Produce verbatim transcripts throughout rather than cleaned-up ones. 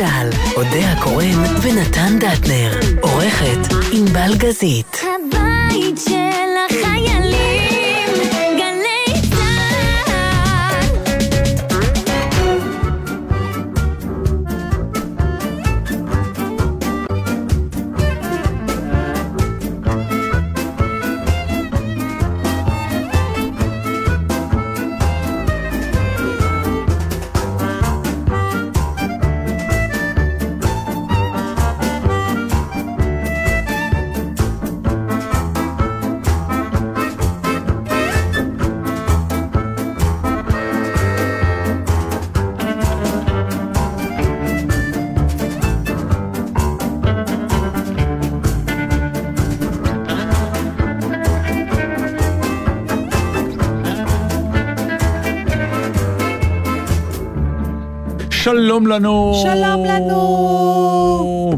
טל, אודיה הקורן ונתן דטנר. עורכת ענבל גזית. הבית של החיילים, גלי צהל. שלום לנו. שלום לנו.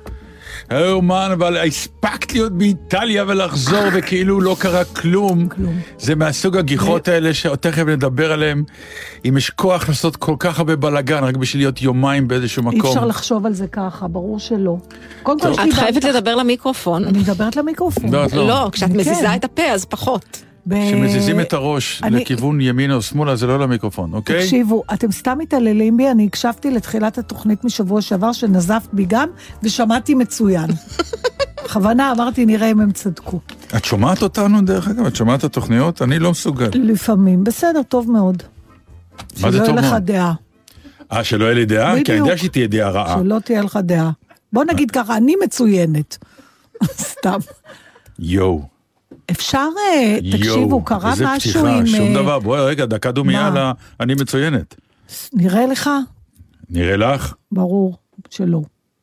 אומן, אבל הספקת להיות באיטליה ולחזור וכאילו לא קרה כלום. כלום. זה מהסוג הגיחות האלה שתכף נדבר עליהם. אם יש כוח לעשות כל כך הרבה בלגן רק בשביל להיות יומיים באיזשהו מקום. אי אפשר לחשוב על זה ככה, ברור שלא. את חייבת לדבר למיקרופון. אני מדברת למיקרופון. לא, כשאת מזיזה את הפה אז פחות. כשמזיזים את הראש לכיוון ימין או שמאלה, זה לא למיקרופון, אוקיי? תקשיבו, אתם סתם מתעללים בי, אני הקשבתי לתחילת התוכנית משבוע שעבר, שנזפת בי גם, ושמעתי מצוין. בכוונה אמרתי, נראה אם הם צדקו. את שומעת אותנו דרך אגב? את שומעת את התוכניות? אני לא מסוגל. לפעמים, בסדר, טוב מאוד. מה זה טוב מאוד? שלא יהיה לך דעה. אה, שלא יהיה לי דעה? כי אני יודע שתהיה דעה רעה. שלא תהיה לך דעה. בוא נגיד ככה, אני מצוינת. סתם. יואו. אפשר, תקשיבו, קרה משהו עם... שום דבר, בואי רגע, דקה דומיה לה, אני מצוינת. נראה לך? נראה לך? ברור שלא.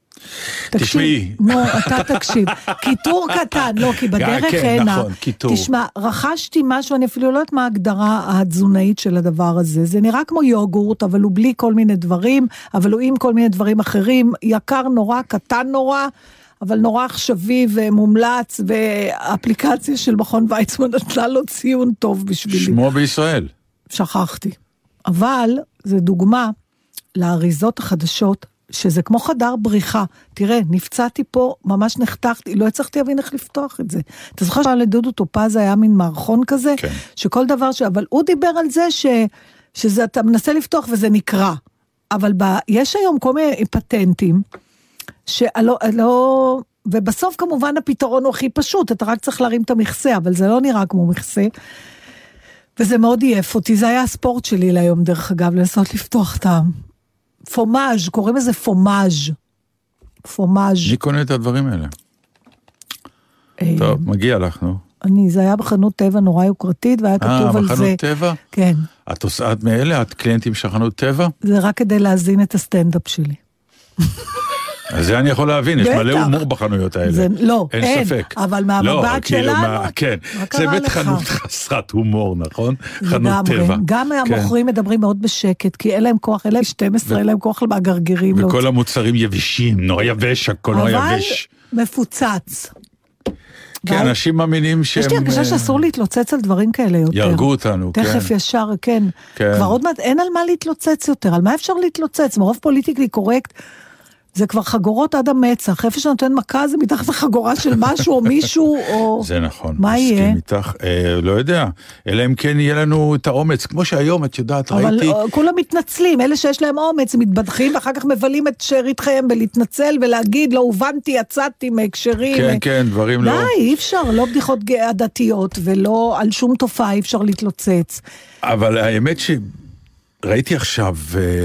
תשמעי. נו, אתה תקשיב. כיתור קטן, לא, כי בדרך הנה. נכון, כיתור. תשמע, רכשתי משהו, אני אפילו לא יודעת מה ההגדרה התזונאית של הדבר הזה. זה נראה כמו יוגורט, אבל הוא בלי כל מיני דברים, אבל הוא עם כל מיני דברים אחרים. יקר נורא, קטן נורא. אבל נורא עכשווי ומומלץ, והאפליקציה של מכון ויצמן נתנה לו ציון טוב בשבילי. שמו בישראל. שכחתי. אבל זה דוגמה לאריזות החדשות, שזה כמו חדר בריחה. תראה, נפצעתי פה, ממש נחתכתי, לא הצלחתי להבין איך לפתוח את זה. אתה זוכר שלדודו טופז היה מין מערכון כזה, כן. שכל דבר ש... אבל הוא דיבר על זה ש... שזה אתה מנסה לפתוח וזה נקרא. אבל ב... יש היום כל מיני פטנטים, שלא, לא, ובסוף כמובן הפתרון הוא הכי פשוט, אתה רק צריך להרים את המכסה, אבל זה לא נראה כמו מכסה, וזה מאוד עייף אותי, זה היה הספורט שלי להיום דרך אגב, לנסות לפתוח את הפומאז', קוראים לזה פומאז', פומאז'. מי קונה את הדברים האלה? טוב, מגיע לך, נו. אני, זה היה בחנות טבע נורא יוקרתית, והיה כתוב על זה. אה, בחנות טבע? כן. את עושה מאלה, את קליינטים של חנות טבע? זה רק כדי להזין את הסטנדאפ שלי. אז זה אני יכול להבין, יש מלא הומור בחנויות האלה. זה, לא, אין, אין ספק. אבל מהמבט לא, כאילו, שלנו, מה, כן, זה בית חנות חסרת הומור, נכון? חנות לגמרי. טבע. גם כן. המוכרים מדברים מאוד בשקט, כי אין להם כוח, אין להם שתים עשרה, ו... אין להם כוח מהגרגרים. וכל לא... המוצרים יבשים, נורא יבש, הכל נורא יבש. אבל מפוצץ. כן, ואז... אנשים מאמינים שהם... יש לי הרגשה שאסור להתלוצץ על דברים כאלה יותר. ירגו אותנו, תכף כן. תכף ישר, כן. כן. כבר עוד מעט, אין על מה להתלוצץ יותר, על מה אפשר להתלוצץ? מרוב פוליטיקלי קורקט, זה כבר חגורות עד המצח, איפה שנותן מכה זה מתחת לחגורה של משהו או מישהו, או... זה נכון. מה יהיה? מתח, אה, לא יודע, אלא אם כן יהיה לנו את האומץ, כמו שהיום, את יודעת, אבל ראיתי... אבל כולם מתנצלים, אלה שיש להם אומץ, הם מתבדחים, ואחר כך מבלים את שארית חייהם בלהתנצל ולהגיד, לא הובנתי, יצאתי מהקשרים. כן, כן, דברים די, לא... די, אי אפשר, לא בדיחות עדתיות, ולא על שום תופעה אי אפשר להתלוצץ. אבל האמת שראיתי עכשיו...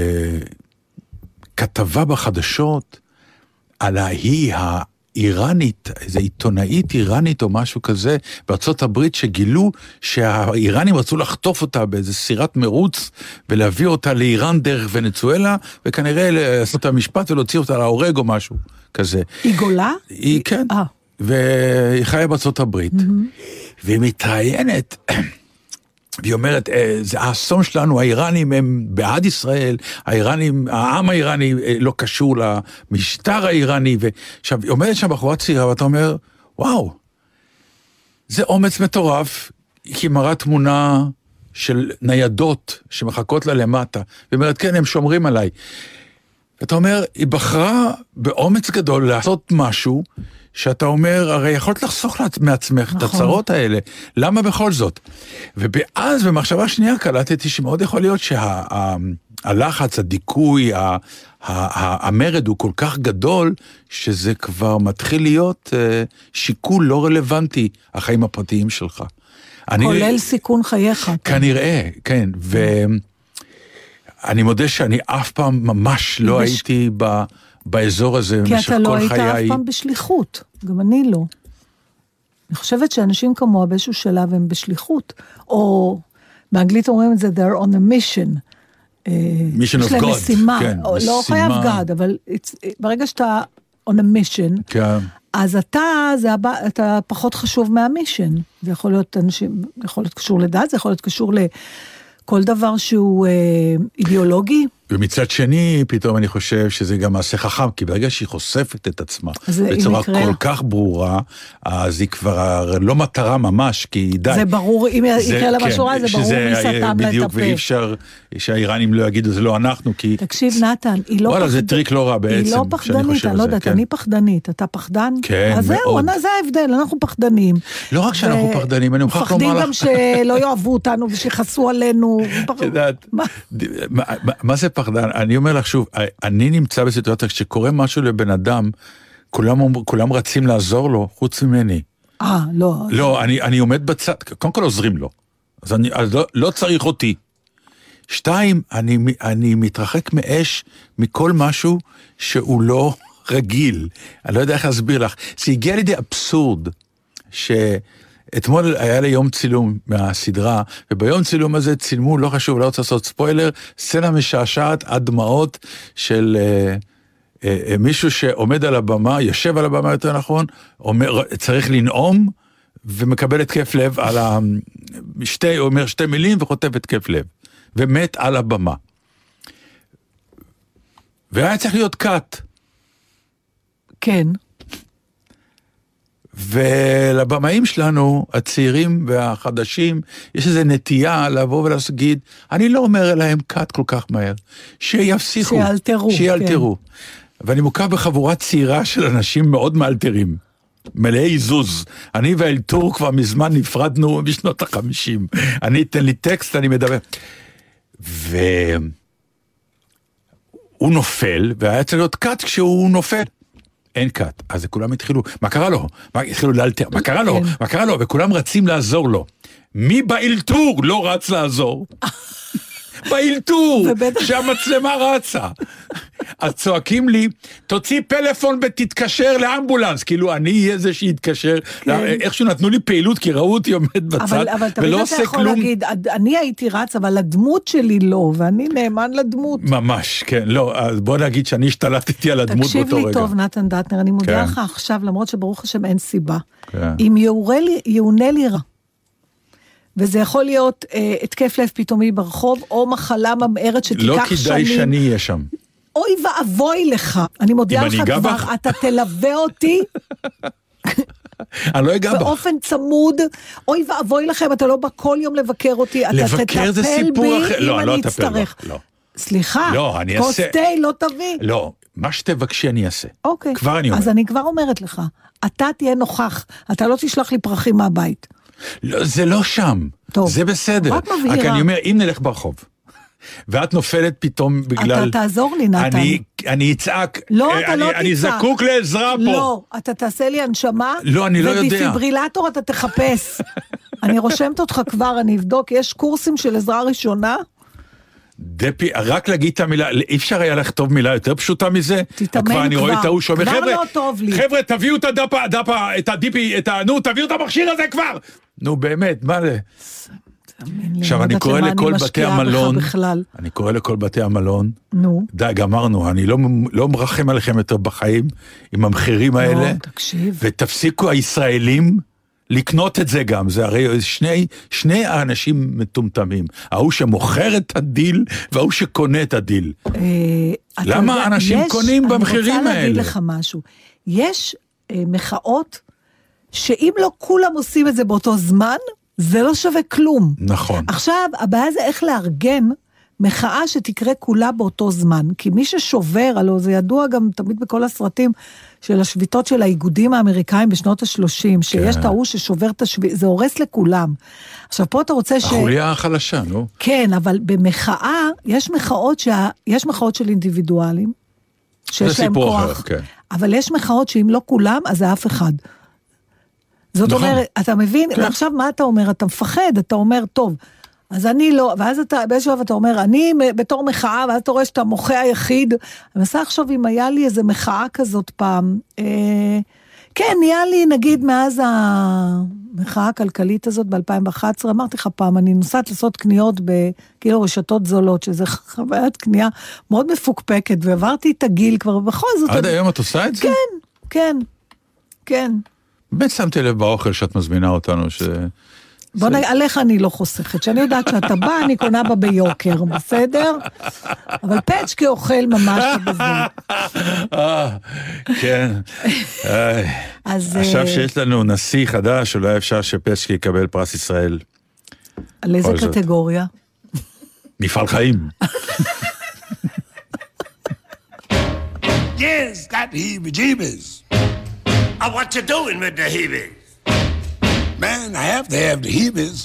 כתבה בחדשות על ההיא האיראנית, איזו עיתונאית איראנית או משהו כזה, בארצות הברית שגילו שהאיראנים רצו לחטוף אותה באיזה סירת מרוץ, ולהביא אותה לאיראן דרך ונצואלה, וכנראה לעשות את המשפט ולהוציא אותה להורג או משהו כזה. היא גולה? היא, כן. אה. והיא חיה בארצות הברית. והיא מתראיינת... והיא אומרת, זה האסון שלנו, האיראנים הם בעד ישראל, האיראנים, העם האיראני לא קשור למשטר האיראני, ועכשיו, היא אומרת שם בחורה צעירה, ואתה אומר, וואו, זה אומץ מטורף, כי מראה תמונה של ניידות שמחכות לה למטה, והיא אומרת, כן, הם שומרים עליי. אתה אומר, היא בחרה באומץ גדול לעשות משהו, שאתה אומר, הרי יכולת לחסוך מעצמך נכון. את הצרות האלה, למה בכל זאת? ואז במחשבה שנייה קלטתי שמאוד יכול להיות שהלחץ, שה, הדיכוי, ה, ה, המרד הוא כל כך גדול, שזה כבר מתחיל להיות uh, שיקול לא רלוונטי, החיים הפרטיים שלך. כולל אני, סיכון חייך. כנראה, כן, ואני מודה שאני אף פעם ממש לא בש... הייתי ב... באזור הזה במשך כל חיי. כי אתה לא היית אף פעם בשליחות, גם אני לא. אני חושבת שאנשים כמוה באיזשהו שלב הם בשליחות, או באנגלית אומרים את זה, they're on a mission. mission of God. משימה, כן, או, משימה. לא חייב God, אבל ברגע שאתה on a mission, כן. אז אתה, זה, אתה פחות חשוב מהמישן. זה יכול להיות אנשים, יכול להיות קשור לדת, זה יכול להיות קשור לכל דבר שהוא אה, אידיאולוגי. ומצד שני, פתאום אני חושב שזה גם מעשה חכם, כי ברגע שהיא חושפת את עצמה, בצורה כל כך ברורה, אז היא כבר לא מטרה ממש, כי די. זה ברור, אם יקרה לה משהו רע, זה ברור מי סתם לה את הפה. בדיוק, ואי אפשר שהאיראנים לא יגידו, זה לא אנחנו, כי... תקשיב, נתן, היא לא... וואלה, זה טריק לא רע בעצם. היא לא פחדנית, אני לא יודעת, אני פחדנית, אתה פחדן? כן, אז זהו, זה ההבדל, אנחנו פחדנים. לא רק שאנחנו פחדנים, אני מוכרח לומר לך... פחדים גם שלא יאהבו אותנו ושיחסו עלינו. מה זה פחדן? אני אומר לך שוב, אני נמצא בסיטואציה, כשקורה משהו לבן אדם, כולם, כולם רצים לעזור לו, חוץ ממני. אה, לא. לא, אני, אני עומד בצד, קודם כל עוזרים לו. אז אני, אז לא, לא צריך אותי. שתיים, אני, אני מתרחק מאש מכל משהו שהוא לא רגיל. אני לא יודע איך להסביר לך. זה הגיע לידי אבסורד, ש... אתמול היה לי יום צילום מהסדרה, וביום צילום הזה צילמו, לא חשוב, לא רוצה לעשות ספוילר, סצנה משעשעת עד דמעות של אה, אה, מישהו שעומד על הבמה, יושב על הבמה יותר נכון, אומר, צריך לנאום, ומקבל התקף לב על ה... שתי, אומר שתי מילים וחוטף התקף לב, ומת על הבמה. והיה צריך להיות קאט. כן. ולבמאים שלנו, הצעירים והחדשים, יש איזו נטייה לבוא ולהגיד, אני לא אומר אליהם קאט כל כך מהר, שיפסיכו, שיאלתרו, שיאלתרו. כן. ואני מוקף בחבורה צעירה של אנשים מאוד מאלתרים, מלאי זוז. אני והאלתור כבר מזמן נפרדנו בשנות החמישים. אני אתן לי טקסט, אני מדבר. והוא נופל, והיה צריך להיות קאט כשהוא נופל. אין קאט, אז כולם התחילו, מה קרה לו? מה, התחילו לאלתר, מה קרה לו? מה קרה לו? וכולם רצים לעזור לו. מי באלתור לא רץ לעזור? באלתור, שהמצלמה רצה. אז צועקים לי, תוציא פלאפון ותתקשר לאמבולנס, כאילו אני אהיה זה שיתקשר, איכשהו נתנו לי פעילות, כי ראו אותי עומד בצד, ולא עושה כלום. להגיד, אני הייתי רץ, אבל הדמות שלי לא, ואני נאמן לדמות. ממש, כן, לא, אז בוא נגיד שאני השתלטתי על הדמות באותו רגע. תקשיב לי טוב, נתן דטנר, אני מודיע לך עכשיו, למרות שברוך השם אין סיבה, אם יעונה לי רע, וזה יכול להיות אה, התקף לב פתאומי ברחוב, או מחלה ממארת שתיקח שנים. לא כדאי שנים. שאני אהיה שם. אוי ואבוי לך. אני מודיעה לך כבר, בח... אתה תלווה אותי. אני לא אגע בך. באופן צמוד, אוי ואבוי לכם, אתה לא בא כל יום לבקר אותי, אתה תטפל בי סיפור אחר. אם לא, אני לא אצטרך. לא. סליחה, לא, אני אעשה... קוסטי לא תביא. לא, מה שתבקשי אני אעשה. אוקיי. כבר אני אומר. אז אני כבר אומרת לך, אתה תהיה נוכח, אתה לא תשלח לי פרחים מהבית. לא, זה לא שם. טוב. זה בסדר. רק מבהירה. רק אני אומר, אם נלך ברחוב, ואת נופלת פתאום בגלל... אתה תעזור לי, נתן. אני, אני אצעק. לא, אתה אני, לא תצעק. אני זקוק לעזרה פה. לא, אתה תעשה לי הנשמה. לא, אני לא יודע. ודיפיברילטור אתה תחפש. אני רושמת אותך כבר, אני אבדוק, יש קורסים של עזרה ראשונה? דפי, רק להגיד את המילה, אי אפשר היה לכתוב מילה יותר פשוטה מזה? תתאמן כבר. אני רואה את ההוא שאומר, כבר חבר'ה, לא טוב לי. חבר'ה, תביאו את הדפה, הדפה, את הדיפי, את ה... נו, תביאו את המכשיר הזה כבר! נו, באמת, מה זה? עכשיו, אני קורא לכל בתי המלון, אני קורא לכל בתי המלון, נו. די, גמרנו, אני לא, לא מרחם עליכם יותר בחיים, עם המחירים האלה, תקשיב. ותפסיקו הישראלים, לקנות את זה גם, זה הרי שני, שני האנשים מטומטמים, ההוא שמוכר את הדיל, וההוא שקונה את הדיל. למה אנשים קונים במחירים האלה? אני רוצה להגיד לך משהו, יש מחאות, שאם לא כולם עושים את זה באותו זמן, זה לא שווה כלום. נכון. עכשיו, הבעיה זה איך לארגן מחאה שתקרה כולה באותו זמן, כי מי ששובר, הלוא זה ידוע גם תמיד בכל הסרטים של השביתות של האיגודים האמריקאים בשנות ה-שלושים, שיש את ההוא ששובר את השביתה, זה הורס לכולם. עכשיו פה אתה רוצה ש... החוליה החלשה, נו. כן, אבל במחאה, יש מחאות, שה... יש מחאות של אינדיבידואלים, שיש להם כוח, אחר, כן. אבל יש מחאות שאם לא כולם, אז זה אף אחד. זאת נכון. אומרת, אתה מבין, כן. ועכשיו מה אתה אומר? אתה מפחד, אתה אומר, טוב, אז אני לא, ואז אתה, באיזשהו אתה אומר, אני בתור מחאה, ואז אתה רואה שאתה מוחה היחיד, אני מנסה עכשיו אם היה לי איזה מחאה כזאת פעם, אה, כן, נהיה לי, נגיד, מאז המחאה הכלכלית הזאת ב-אלפיים ואחת עשרה, אמרתי לך פעם, אני נוסעת לעשות קניות בכאילו רשתות זולות, שזה חוויית קנייה מאוד מפוקפקת, ועברתי את הגיל כבר, בכל זאת... עד היום את עושה את זה? כן, כן, כן. באמת שמתי לב באוכל שאת מזמינה אותנו, ש... בוא נגיד, עליך אני לא חוסכת, שאני יודעת שאתה בא, אני קונה בה ביוקר, בסדר? אבל פצ'קי אוכל ממש בזה. כן. עכשיו שיש לנו נשיא חדש, אולי אפשר שפצ'קי יקבל פרס ישראל. על איזה קטגוריה? מפעל חיים. Yes, got the heebie-jeebies. What you doing with the heebies? Man, I have to have the heebies.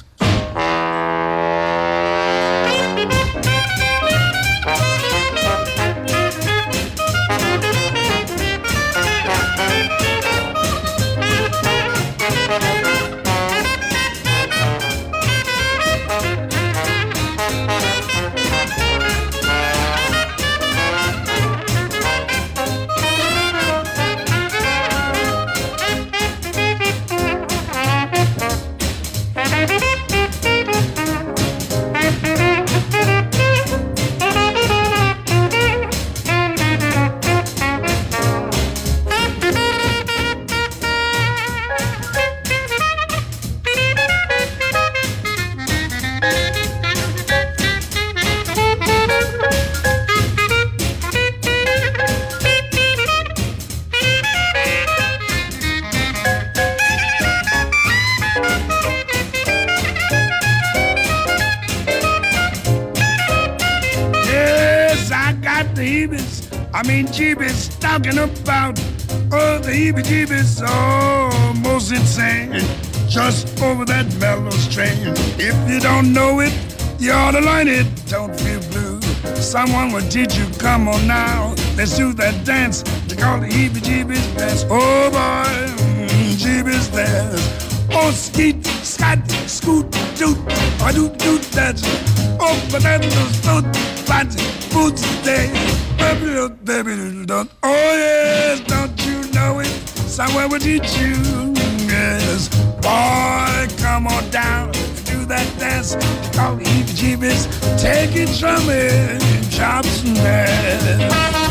I mean, jeebies talking about, oh, the heebie-jeebies, oh, most insane, just over that mellow strain. If you don't know it, you ought to learn it, don't feel blue. Someone will teach you, come on now, let's do that dance, they call the heebie-jeebies dance. Oh, boy, mm, jeebies dance. Oh, skeet, scat, scoot, doot, I doot, doot, that's, oh, but that was doot, bats, boots, day. Oh yes, don't you know it? Someone will teach you. Yes, boy, come on down and do that dance. Call the heebie-jeebies. Take it from me, chops and hands.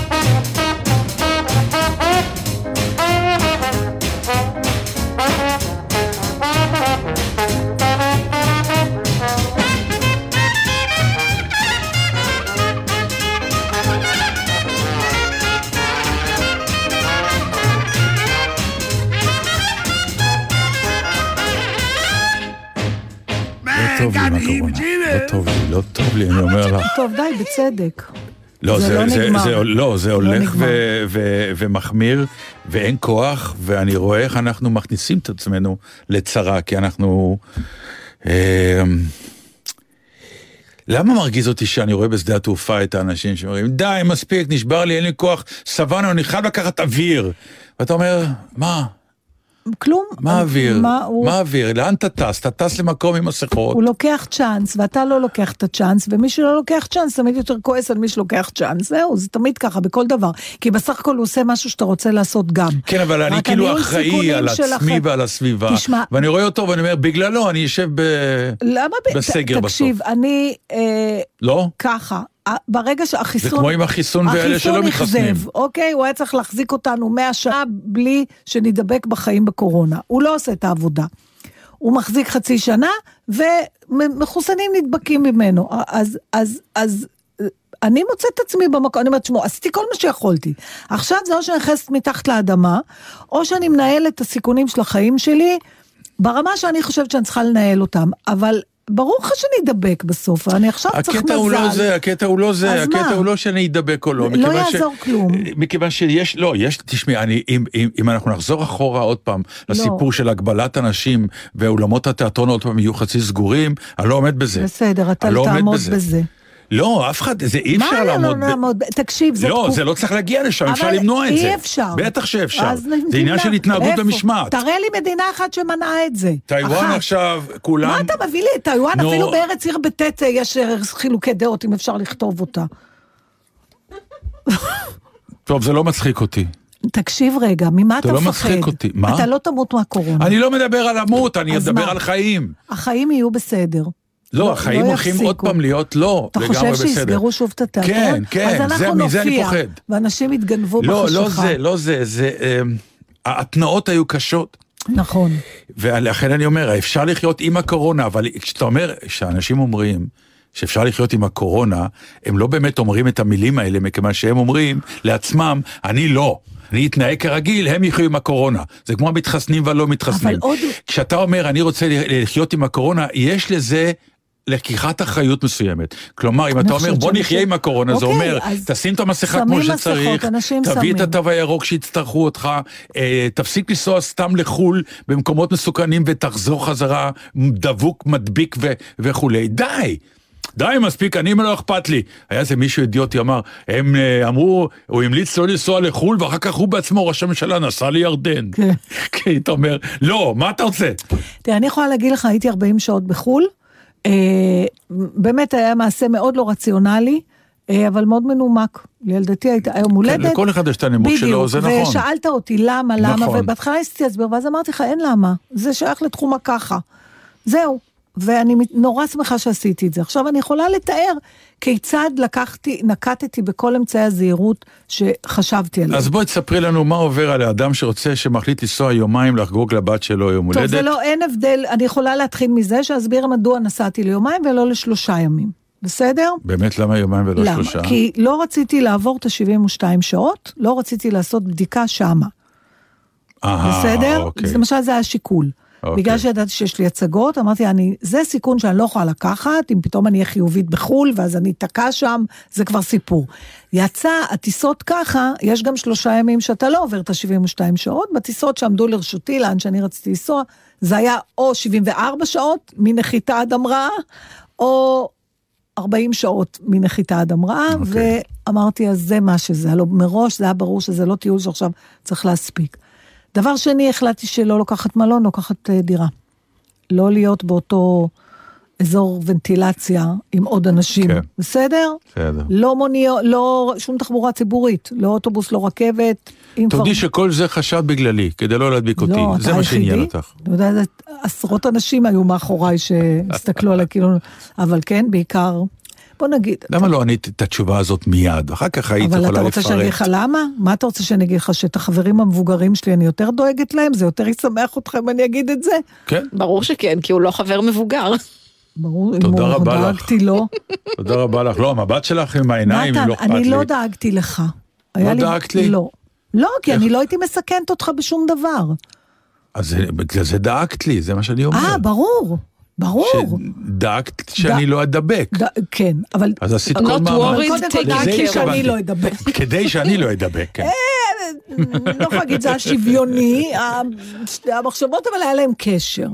לא טוב לי מה קורונה, לא טוב לי, לא טוב לי, אני אומר לך. טוב, די, בצדק. לא, זה, זה, זה, לא, זה הולך ו, ו, ומחמיר, ואין כוח, ואני רואה איך אנחנו מכניסים את עצמנו לצרה, כי אנחנו... אה, למה מרגיז אותי שאני רואה בשדה התעופה את האנשים שאומרים, די, מספיק, נשבר לי, אין לי כוח, סבנו, אני חייב לקחת אוויר. ואתה אומר, מה? כלום. מה אוויר? מה, הוא... מה אוויר? לאן אתה טס? אתה טס למקום עם מסכות. הוא לוקח צ'אנס, ואתה לא לוקח את הצ'אנס, ומי שלא לוקח צ'אנס, תמיד יותר כועס על מי שלוקח צ'אנס. זהו, זה תמיד ככה, בכל דבר. כי בסך הכל הוא עושה משהו שאתה רוצה לעשות גם. כן, אבל אני כאילו אחראי על עצמי ועל הסביבה. תשמע, ואני רואה אותו ואני אומר, בגללו, אני יושב ב... למה ב... בסגר בסוף. תקשיב, אני... אה... לא? ככה. ברגע שהחיסון... זה כמו עם החיסון ואלה שלא מתחסנים. החיסון אוקיי? הוא היה צריך להחזיק אותנו מאה שעה בלי שנדבק בחיים בקורונה. הוא לא עושה את העבודה. הוא מחזיק חצי שנה, ומחוסנים נדבקים ממנו. אז, אז, אז, אני מוצאת את עצמי במקום, אני אומרת, שמו, עשיתי כל מה שיכולתי. עכשיו זה או שאני נכנסת מתחת לאדמה, או שאני מנהל את הסיכונים של החיים שלי, ברמה שאני חושבת שאני צריכה לנהל אותם. אבל ברור לך שאני אדבק בסוף, אני עכשיו צריך מזל. הקטע הוא לא זה, הקטע הוא לא זה, אז הקטע מה? הוא לא שאני אדבק או לא. לא מכיוון יעזור ש... כלום. מכיוון שיש, לא, יש, תשמעי, אני, אם, אם, אם אנחנו נחזור אחורה עוד פעם, לסיפור של הגבלת אנשים, ואולמות התיאטרון עוד פעם יהיו חצי סגורים, אני לא עומד בזה. בסדר, אתה אני לא עומד תעמוד בזה. בזה. לא, אף אחד, זה אי אפשר מה לעמוד. לא נעמוד? תקשיב, זה לא, תקוף. זה לא צריך להגיע לשם, אפשר אבל למנוע את זה. אי אפשר. בטח שאפשר. אז זה מדינה- עניין של התנהגות איפה? ומשמעת. תראה לי מדינה אחת שמנעה את זה. טיואן אחת. עכשיו, כולם... מה אתה מביא לי את טיואן? נו. אפילו בארץ עיר בטט יש חילוקי דעות, אם אפשר לכתוב אותה. טוב, זה לא מצחיק אותי. תקשיב רגע, ממה אתה לא מפחד? מצחיק אותי. מה? אתה לא תמות מהקורונה. אני לא מדבר על למות, אני אז אדבר מה? על חיים. החיים יהיו בסדר. לא, לא- החיים לא הולכים יפסיקו. עוד פעם להיות לא, אתה לגמרי חושב בסדר. שיסגרו שוב את התיאטרון? כן, כן, אז זה- אנחנו מזה אני נופיע, פוחד. ואנשים יתגנבו לא, בחשיכה. לא זה, לא זה, זה... אמ, התנאות היו קשות. נכון. ולכן אני אומר, אפשר לחיות עם הקורונה, אבל כשאתה אומר, שאנשים אומרים שאפשר לחיות עם הקורונה, הם לא באמת אומרים את המילים האלה, מכיוון שהם אומרים לעצמם, אני לא. אני אתנהג כרגיל, הם יחיו עם הקורונה. זה כמו המתחסנים והלא מתחסנים. אבל עוד- כשאתה אומר, אני רוצה לחיות עם הקורונה, יש לזה לקיחת אחריות מסוימת. כלומר, אם אני אתה אומר, חושבת בוא שאני נחיה חושבת- עם הקורונה, זה אוקיי, אומר, אז תשים את המסכה שמים כמו מסכות, שצריך, אנשים תביא את שמים. התו הירוק שיצטרכו אותך, אה, תפסיק לנסוע סתם לחול במקומות מסוכנים, ותחזור חזרה דבוק, מדביק ו- וכולי. די! די, מספיק, אני לא אכפת לי. היה איזה מישהו אידיוטי, אמר, הם אה, אמרו, הוא המליץ לא לנסוע לחול, ואחר כך הוא בעצמו, ראש הממשלה, נסע לירדן. כן. כי אתה אומר, לא, מה אתה רוצה? תראה, אני יכולה להגיד לך, הייתי ארבעים שעות בחול, אה, באמת היה מעשה מאוד לא רציונלי, אה, אבל מאוד מנומק. לילדתי הייתה היום הולדת. לכל אחד יש את הנימוק שלו, זה נכון. בדיוק, ושאלת אותי למה, למה, נכון. ובהתחלה ניסיתי להסביר, ואז אמרתי לך, אין למה, זה שייך לתחום הככה. זהו. ואני נורא שמחה שעשיתי את זה. עכשיו אני יכולה לתאר כיצד לקחתי, נקטתי בכל אמצעי הזהירות שחשבתי עליהם. אז בואי תספרי לנו מה עובר על האדם שרוצה, שמחליט לנסוע יומיים לחגוג לבת שלו יום טוב, הולדת. זה לא, אין הבדל, אני יכולה להתחיל מזה, שאסביר מדוע נסעתי ליומיים ולא לשלושה ימים. בסדר? באמת, למה יומיים ולא למה? שלושה? כי לא רציתי לעבור את ה-שבעים ושתיים שעות, לא רציתי לעשות בדיקה שמה. אהה, בסדר? אוקיי. למשל זה היה שיקול. אוקיי. בגלל שידעתי שיש לי הצגות, אמרתי, אני, זה סיכון שאני לא יכולה לקחת, אם פתאום אני אהיה חיובית בחול, ואז אני אתקע שם, זה כבר סיפור. יצא, הטיסות ככה, יש גם שלושה ימים שאתה לא עובר את ה-שבעים ושתיים שעות, בטיסות שעמדו לרשותי, לאן שאני רציתי לנסוע, זה היה או שבעים וארבע שעות, מנחיתה עד המראה, או ארבעים שעות מנחיתה עד המראה, אוקיי. ואמרתי, אז זה מה שזה, הלוא מראש זה היה ברור שזה לא טיול שעכשיו צריך להספיק. דבר שני, החלטתי שלא לוקחת מלון, לוקחת uh, דירה. לא להיות באותו אזור ונטילציה עם עוד אנשים. כן. בסדר? בסדר. לא מוניות, לא שום תחבורה ציבורית, לא אוטובוס, לא רכבת. אם כבר- תודי שכל זה חשד בגללי, כדי לא להדביק אותי. לא, זה אתה מה שעניין היחידי. אותך. אתה יודע, זה עשרות אנשים היו מאחוריי שהסתכלו עליי, כאילו, אבל כן, בעיקר, בוא נגיד. למה לא ענית את התשובה הזאת מיד? אחר כך היית אבל יכולה אתה רוצה שאני אגיד לך לפרט. למה? מה אתה רוצה שאני אגיד לך? שאת החברים המבוגרים שלי אני יותר דואגת להם? זה יותר ישמח אותך אם אני אגיד את זה? כן, ברור שכן, כי הוא לא חבר מבוגר. ברור, תודה אם הוא רבה לך. דאגתי לו. תודה רבה לך. לא, המבט שלך עם העיניים, נתן, לא אכפת אני לי. לא דאגתי לך. לא היה דאגת לי? לא. לא, כי איך? אני לא הייתי מסכנת אותך בשום דבר. אז זה- בגלל זה דאגת לי, זה מה שאני אומר. אה, ברור. ברור. שדאגת שאני לא אדבק. ד- כן, אבל... אז עשית Not כל מאמץ. worried, קודם כל take דאגתי care. שאני לא אדבר. כדי שאני לא אדבק, כן. לא יכולה להגיד, זה היה שוויוני, המחשבות אבל היה להם קשר.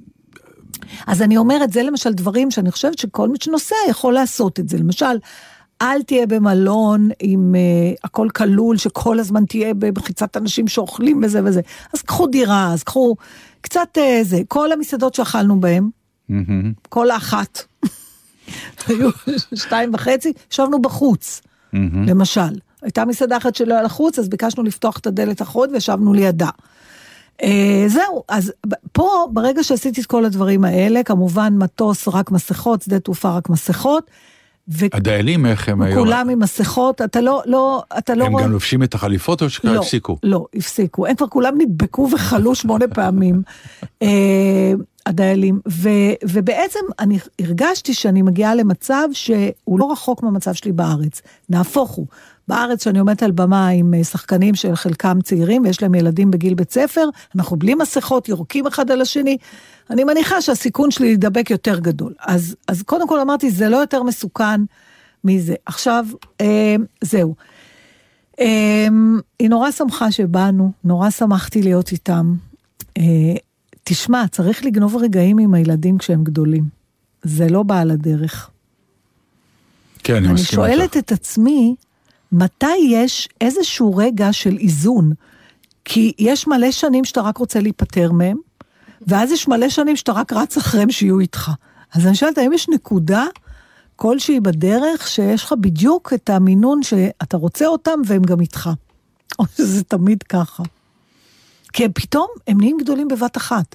אז אני אומרת, זה למשל דברים שאני חושבת שכל מי שנוסע יכול לעשות את זה. למשל, אל תהיה במלון עם uh, הכל כלול, שכל הזמן תהיה במחיצת אנשים שאוכלים וזה וזה. אז קחו דירה, אז קחו קצת uh, זה. כל המסעדות שאכלנו בהם, מהמם. כל האחת, היו שתיים וחצי, ישבנו בחוץ, למשל. הייתה מסעדה אחת שלא היה לחוץ, אז ביקשנו לפתוח את הדלת האחורית וישבנו לידה. אה, זהו, אז ב- פה, ברגע שעשיתי את כל הדברים האלה, כמובן מטוס רק מסכות, שדה תעופה רק מסכות, הדיילים איך הם היום? וכולם עם מסכות, אתה לא, לא, אתה לא הם רואה... גם לובשים את החליפות או שכבר לא, הפסיקו? לא, הפסיקו. הם כבר כולם נדבקו וחלו שמונה פעמים, אה, הדיילים. ו, ובעצם אני הרגשתי שאני מגיעה למצב שהוא לא רחוק מהמצב שלי בארץ. נהפוך הוא. בארץ שאני עומדת על במה עם שחקנים של חלקם צעירים, ויש להם ילדים בגיל בית ספר, אנחנו בלי מסכות, יורקים אחד על השני, אני מניחה שהסיכון שלי להידבק יותר גדול. אז, אז קודם כל אמרתי, זה לא יותר מסוכן מזה. עכשיו, אה, זהו. אה, היא נורא שמחה שבאנו, נורא שמחתי להיות איתם. אה, תשמע, צריך לגנוב רגעים עם הילדים כשהם גדולים. זה לא בא על הדרך. כן, אני מסכים אני איתך. שואלת את עצמי, מתי יש איזשהו רגע של איזון? כי יש מלא שנים שאתה רק רוצה להיפטר מהם, ואז יש מלא שנים שאתה רק רץ אחריהם שיהיו איתך. אז אני שואלת, האם יש נקודה כלשהי בדרך שיש לך בדיוק את המינון שאתה רוצה אותם והם גם איתך? או שזה תמיד ככה. כי פתאום הם נהיים גדולים בבת אחת.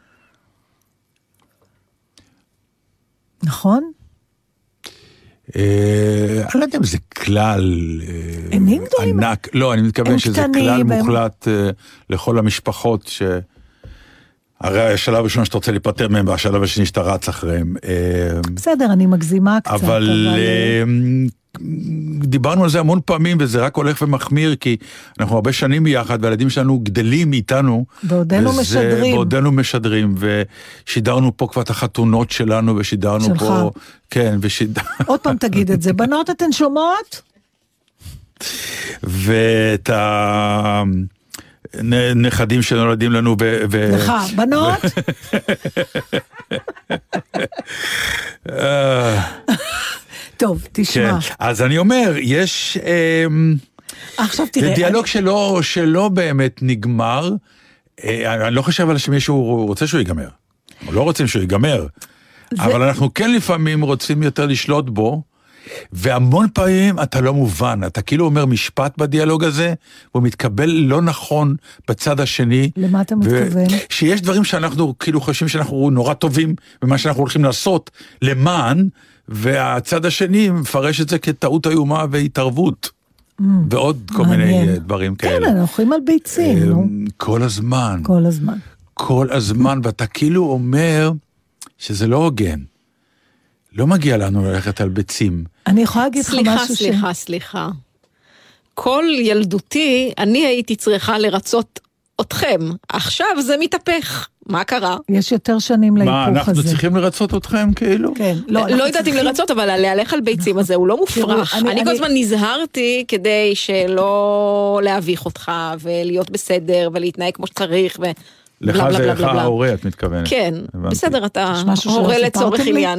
נכון? אני לא יודע אם זה כלל הם נהיים גדולים? ענק, לא, אני מתכוון שזה כלל מוחלט לכל המשפחות ש... הרי השלב הראשון שאתה רוצה להיפטר מהם, והשלב השני שאתה רץ אחריהם. בסדר, אני מגזימה קצת. אבל דיברנו על זה המון פעמים, וזה רק הולך ומחמיר, כי אנחנו הרבה שנים ביחד, והילדים שלנו גדלים איתנו. בעודנו משדרים. בעודנו משדרים, ושידרנו פה כבר את החתונות שלנו, ושידרנו פה... כן, ושידרנו... עוד פעם תגיד את זה, בנות אתן שומעות? ואת ה... נכדים שנולדים לנו ו... לך, בנות? טוב, תשמע. אז אני אומר, יש... עכשיו תראה... זה דיאלוג שלא, שלא באמת נגמר. אני לא חושב על שמישהו רוצה שהוא ייגמר. לא רוצים שהוא ייגמר. אבל אנחנו כן לפעמים רוצים יותר לשלוט בו, והמון פעמים אתה לא מובן, אתה כאילו אומר משפט בדיאלוג הזה, והוא מתקבל לא נכון בצד השני. למה אתה מתכוון? שיש דברים שאנחנו כאילו חושבים שאנחנו נורא טובים, במה שאנחנו הולכים לעשות למען, והצד השני מפרש את זה כטעות איומה והתערבות. Mm, ועוד כל מעניין. מיני דברים כאלה. כן, אנחנו הולכים על ביצים, נו. כל הזמן. כל הזמן. כל הזמן, ואתה כאילו אומר שזה לא הוגן. לא מגיע לנו ללכת על ביצים. אני יכולה להגיד לך סליחה, משהו ש... סליחה, סליחה, סליחה. כל ילדותי, אני הייתי צריכה לרצות אתכם. עכשיו זה מתהפך. מה קרה? יש יותר שנים להיפוך הזה. מה, אנחנו צריכים לרצות אתכם כאילו? כן. לא, לא יודעת אם לרצות, אבל להלך על ביצים הזה, הוא לא מופרך. אני כל הזמן נזהרתי כדי שלא להביך אותך, ולהיות בסדר, ולהתנהג כמו שצריך, ו... לך זה לך ההורה, את מתכוונת. כן, בסדר, אתה הורה לצורך עניין.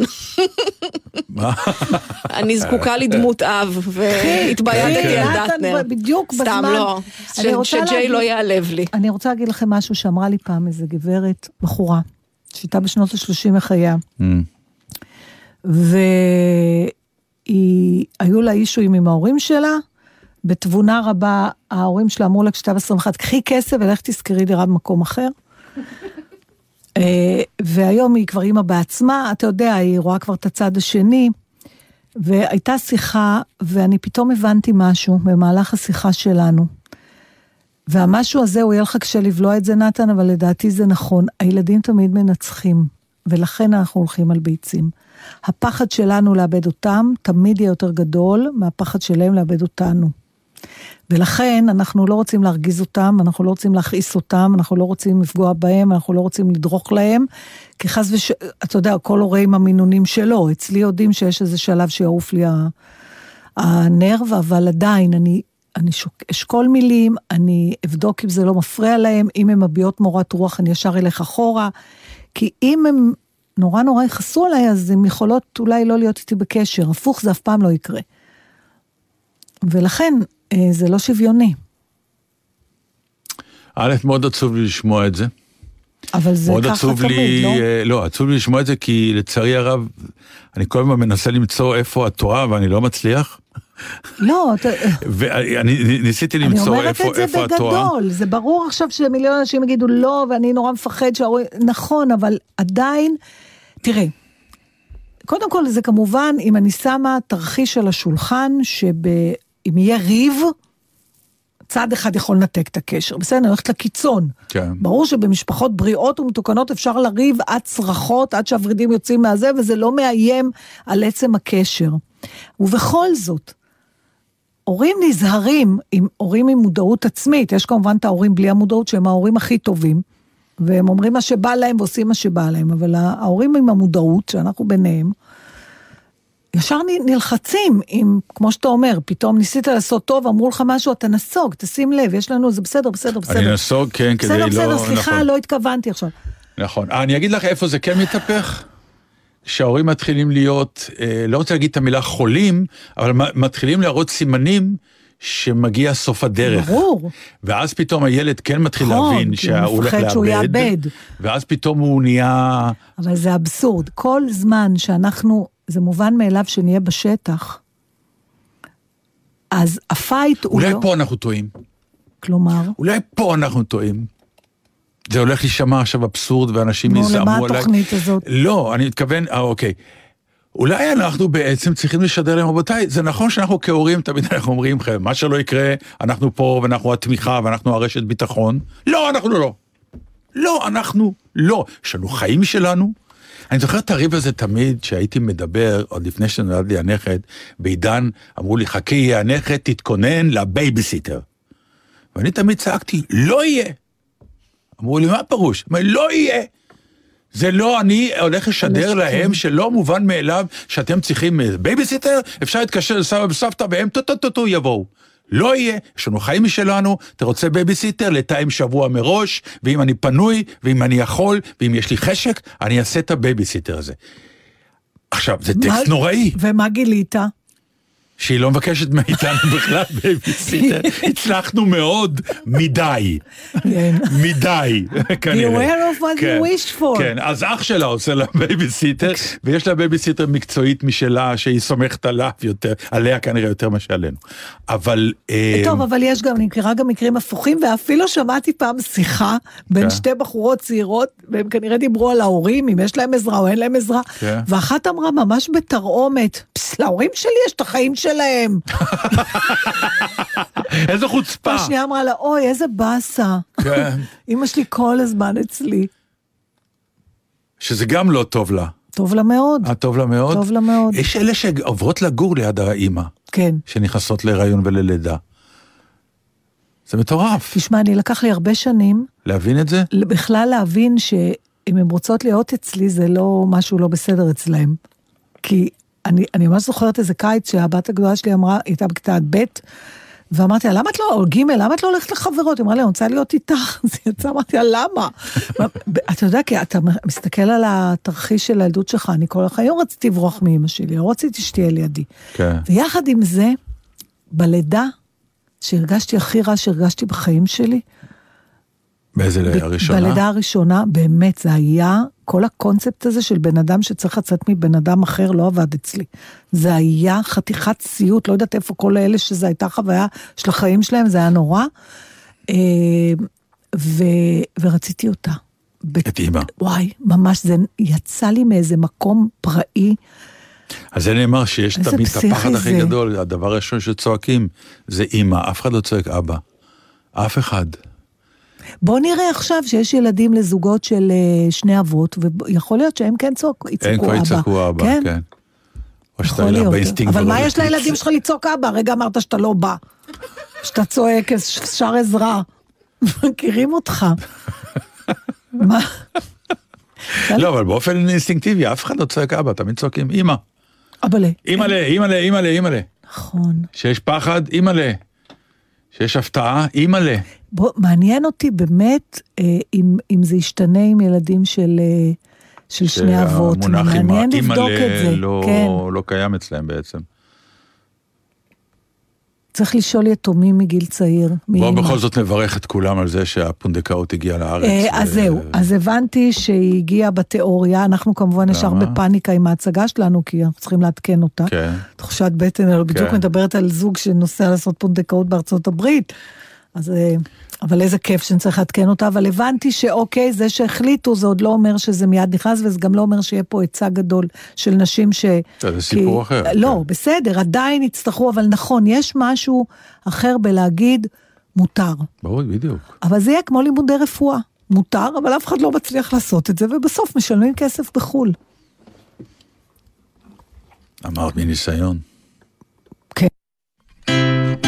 אני זקוקה לדמות אב, והתבייתתי על דטנר. בדיוק בזמן. סתם לא, שג'יי לא יעלב לי. אני רוצה להגיד לכם משהו שאמרה לי פעם איזה גברת, בחורה, שהייתה בשנות ה-שלושים לחייה, והיו לה אישויים עם ההורים שלה, בתבונה רבה, ההורים שלה אמרו לה כשאתה עשרים ואחת, קחי כסף ולך תזכרי דירה במקום אחר. והיום היא כבר אימא בעצמה, אתה יודע, היא רואה כבר את הצד השני, והייתה שיחה, ואני פתאום הבנתי משהו במהלך השיחה שלנו. והמשהו הזה, הוא יהיה לך קשה לבלוע את זה, נתן, אבל לדעתי זה נכון. הילדים תמיד מנצחים, ולכן אנחנו הולכים על ביצים. הפחד שלנו לאבד אותם, תמיד יהיה יותר גדול, מהפחד שלהם לאבד אותנו. ולכן אנחנו לא רוצים להרגיז אותם, אנחנו לא רוצים להכעיס אותם, אנחנו לא רוצים לפגוע בהם, אנחנו לא רוצים לדרוך להם, כי חס וש... אתה יודע, כל הורה עם המינונים שלו, אצלי יודעים שיש איזה שלב שיעוף לי הנרב, אבל עדיין אני, אני שוק... אשכול מילים, אני אבדוק אם זה לא מפריע להם, אם הם מביעות מורת רוח, אני ישר אלך אחורה, כי אם הם נורא נורא יחסו עליי, אז הם יכולות אולי לא להיות איתי בקשר, הפוך זה אף פעם לא יקרה. ולכן, זה לא שוויוני. א', מאוד עצוב לי לשמוע את זה. אבל זה ככה תמיד, לי, לא? לא, עצוב לי לשמוע את זה, כי לצערי הרב, אני כל הזמן מנסה למצוא איפה התורה, ואני לא מצליח. לא, אתה... ואני ניסיתי למצוא איפה, איפה התורה. אני אומרת את זה בגדול, זה ברור עכשיו שמיליון אנשים יגידו לא, ואני נורא מפחד שההורים... נכון, אבל עדיין, תראה, קודם כל זה כמובן, אם אני שמה תרחיש על השולחן, שאם יהיה ריב, צד אחד יכול לנתק את הקשר. בסדר, אני הולכת לקיצון. כן. ברור שבמשפחות בריאות ומתוקנות אפשר לריב עד צרחות, עד שהוורידים יוצאים מהזה, וזה לא מאיים על עצם הקשר. ובכל זאת, הורים נזהרים, עם הורים עם מודעות עצמית, יש כמובן את ההורים בלי המודעות, שהם ההורים הכי טובים, והם אומרים מה שבא להם, ועושים מה שבא להם, אבל ההורים עם המודעות, שאנחנו ביניהם, ישר נלחצים, עם, כמו שאתה אומר, פתאום ניסית לעשות טוב, אמרו לך משהו, אתה נסוג, תשים לב, יש לנו, זה בסדר, בסדר, בסדר. אני נסוג, כן, כדי לא... בסדר, בסדר, סליחה, נכון. לא התכוונתי עכשיו. נכון. אני אגיד לך איפה זה כן מתהפך, שההורים מתחילים להיות, לא רוצה להגיד את המילה חולים, אבל מתחילים להראות סימנים, שמגיע סוף הדרך. ברור. ואז פתאום הילד כן מתחיל להבין שהוא הולך לאבד, ואז פתאום הוא נהיה... אבל זה אבסורד. כל זמן שאנחנו, זה מובן מאליו שנהיה בשטח, אז הפייט הוא לא... אולי פה אנחנו טועים. כלומר? אולי פה אנחנו טועים. זה הולך להישמע עכשיו אבסורד, ואנשים יזעמו עליי. נו, למה התוכנית הזאת? לא, אני מתכוון, אה, אוקיי. אולי אנחנו בעצם צריכים לשדר להם, רבותיי, זה נכון שאנחנו כהורים, תמיד אנחנו אומרים, מה שלא יקרה, אנחנו פה, ואנחנו התמיכה, ואנחנו הרשת ביטחון. לא, אנחנו לא. לא, אנחנו לא. יש לנו חיים שלנו. אני זוכר את הריב הזה תמיד, שהייתי מדבר, עוד לפני שנולד לי הנכד, בעידן, אמרו לי, חכי יהיה הנכד, תתכונן לבייביסיטר. ואני תמיד צעקתי, לא יהיה. אמרו לי, מה פירוש? אמרו לי, לא יהיה. זה לא, אני הולך לשדר להם שלא מובן מאליו שאתם צריכים בייביסיטר, אפשר להתקשר לסבא וסבתא והם טו-טו-טו יבואו. לא יהיה, יש לנו חיים משלנו, אתה רוצה בייביסיטר, לתאם שבוע מראש, ואם אני פנוי, ואם אני יכול, ואם יש לי חשק, אני אעשה את הבייביסיטר הזה. עכשיו, זה טקסט נוראי. ומה גילית? שהיא לא מבקשת מאיתנו בכלל בייביסיטר. הצלחנו מאוד מדי. מדי, כנראה. Beware of what you wish for. כן, אז אח שלה עושה לה בייביסיטר, ויש לה בייביסיטר מקצועית משלה, שהיא סומכת עליו יותר, עליה כנראה יותר מה שעלינו. אבל... טוב, אבל יש גם, אני מכירה גם מקרים הפוכים, ואפילו שמעתי פעם שיחה בין שתי בחורות צעירות, והם כנראה דיברו על ההורים, אם יש להם עזרה או אין להם עזרה, ואחת אמרה ממש בתרעומת, פס, להורים שלי יש את החיים שלהם. איזה חוצפה. השנייה אמרה לה, אוי, איזה בסה. כן. אמא שלי כל הזמן אצלי. שזה גם לא טוב לה. טוב לה מאוד. אה, טוב לה מאוד? טוב לה מאוד. יש אלה שעוברות לגור ליד האמא. כן. שנכנסות להיריון וללידה. זה מטורף. תשמע, אני לקח לי הרבה שנים. להבין את זה? בכלל להבין שאם הן רוצות להיות אצלי, זה לא משהו לא בסדר אצלהם. כי אני, אני ממש זוכרת איזה קיץ שהבת הגדולה שלי אמרה, הייתה בכיתה ב' ואמרתי, למה את לא, או ג', למה את לא הולכת לחברות? היא אמרה לי, אני רוצה להיות איתך. אז יצא, אמרתי, למה? אתה יודע, כי אתה מסתכל על התרחיש של הילדות שלך, אני כל החיים רציתי לברוח מאמא שלי, לא רציתי שתהיה לידי. כן. ויחד עם זה, בלידה, שהרגשתי הכי רע שהרגשתי בחיים שלי, באיזה לידה הראשונה? בלידה הראשונה, באמת, זה היה, כל הקונספט הזה של בן אדם שצריך לצאת מבן אדם אחר, לא עבד אצלי. זה היה חתיכת סיוט, לא יודעת איפה כל האלה שזו הייתה חוויה של החיים שלהם, זה היה נורא. ו... ורציתי אותה. את אימא. וואי, ממש, זה יצא לי מאיזה מקום פראי. אז זה נאמר שיש תמיד את הפחד הכי גדול, הדבר הראשון שצועקים, זה אימא, אף אחד לא צועק אבא. אף אחד. בוא נראה עכשיו שיש ילדים לזוגות של שני אבות, ויכול להיות שהם כן צועקו אבא. הם כבר יצעקו אבא, כן. כן. יכול להיות. אבל מה יש לילדים שלך לצעוק אבא? רגע אמרת שאתה לא בא. שאתה צועק, שר עזרה. מכירים אותך. מה? לא, אבל באופן אינסטינקטיבי, אף אחד לא צועק אבא, תמיד צועקים אמא. אבאלה. אמאלה, אמאלה, אמאלה, אמאלה. נכון. שיש פחד, אמאלה. שיש הפתעה, אמאלה. בוא, מעניין אותי באמת, אה, אם, אם זה ישתנה עם ילדים של, אה, של שני אבות. מעניין לבדוק את זה. לא, כן. לא קיים אצלם בעצם. צריך לשאול יתומים מגיל צעיר. בוא בכל זאת נברך את כולם על זה שהפונדקאות הגיעה לארץ. אה, אז זהו, אז הבנתי שהיא הגיעה בתיאוריה, אנחנו כמובן ישר בפאניקה עם ההצגה שלנו, כי אנחנו צריכים להתקן אותה. כן. תחושת בטן, אני בדיוק מדברת על זוג שנוסע לעשות פונדקאות בארצות הברית, אז... אבל איזה כיף שנצטרך להתקן אותה, אבל הבנתי שאוקיי, זה שהחליטו, זה עוד לא אומר שזה מיד נכנס, וזה גם לא אומר שיהיה פה היצע גדול של נשים ש... זה סיפור אחר. לא, בסדר, עדיין יצטרכו, אבל נכון, יש משהו אחר בלהגיד מותר. ברור, בדיוק. אבל זה יהיה כמו לימודי רפואה. מותר, אבל אף אחד לא מצליח לעשות את זה, ובסוף משלמים כסף בחול. אמרת מניסיון. כן.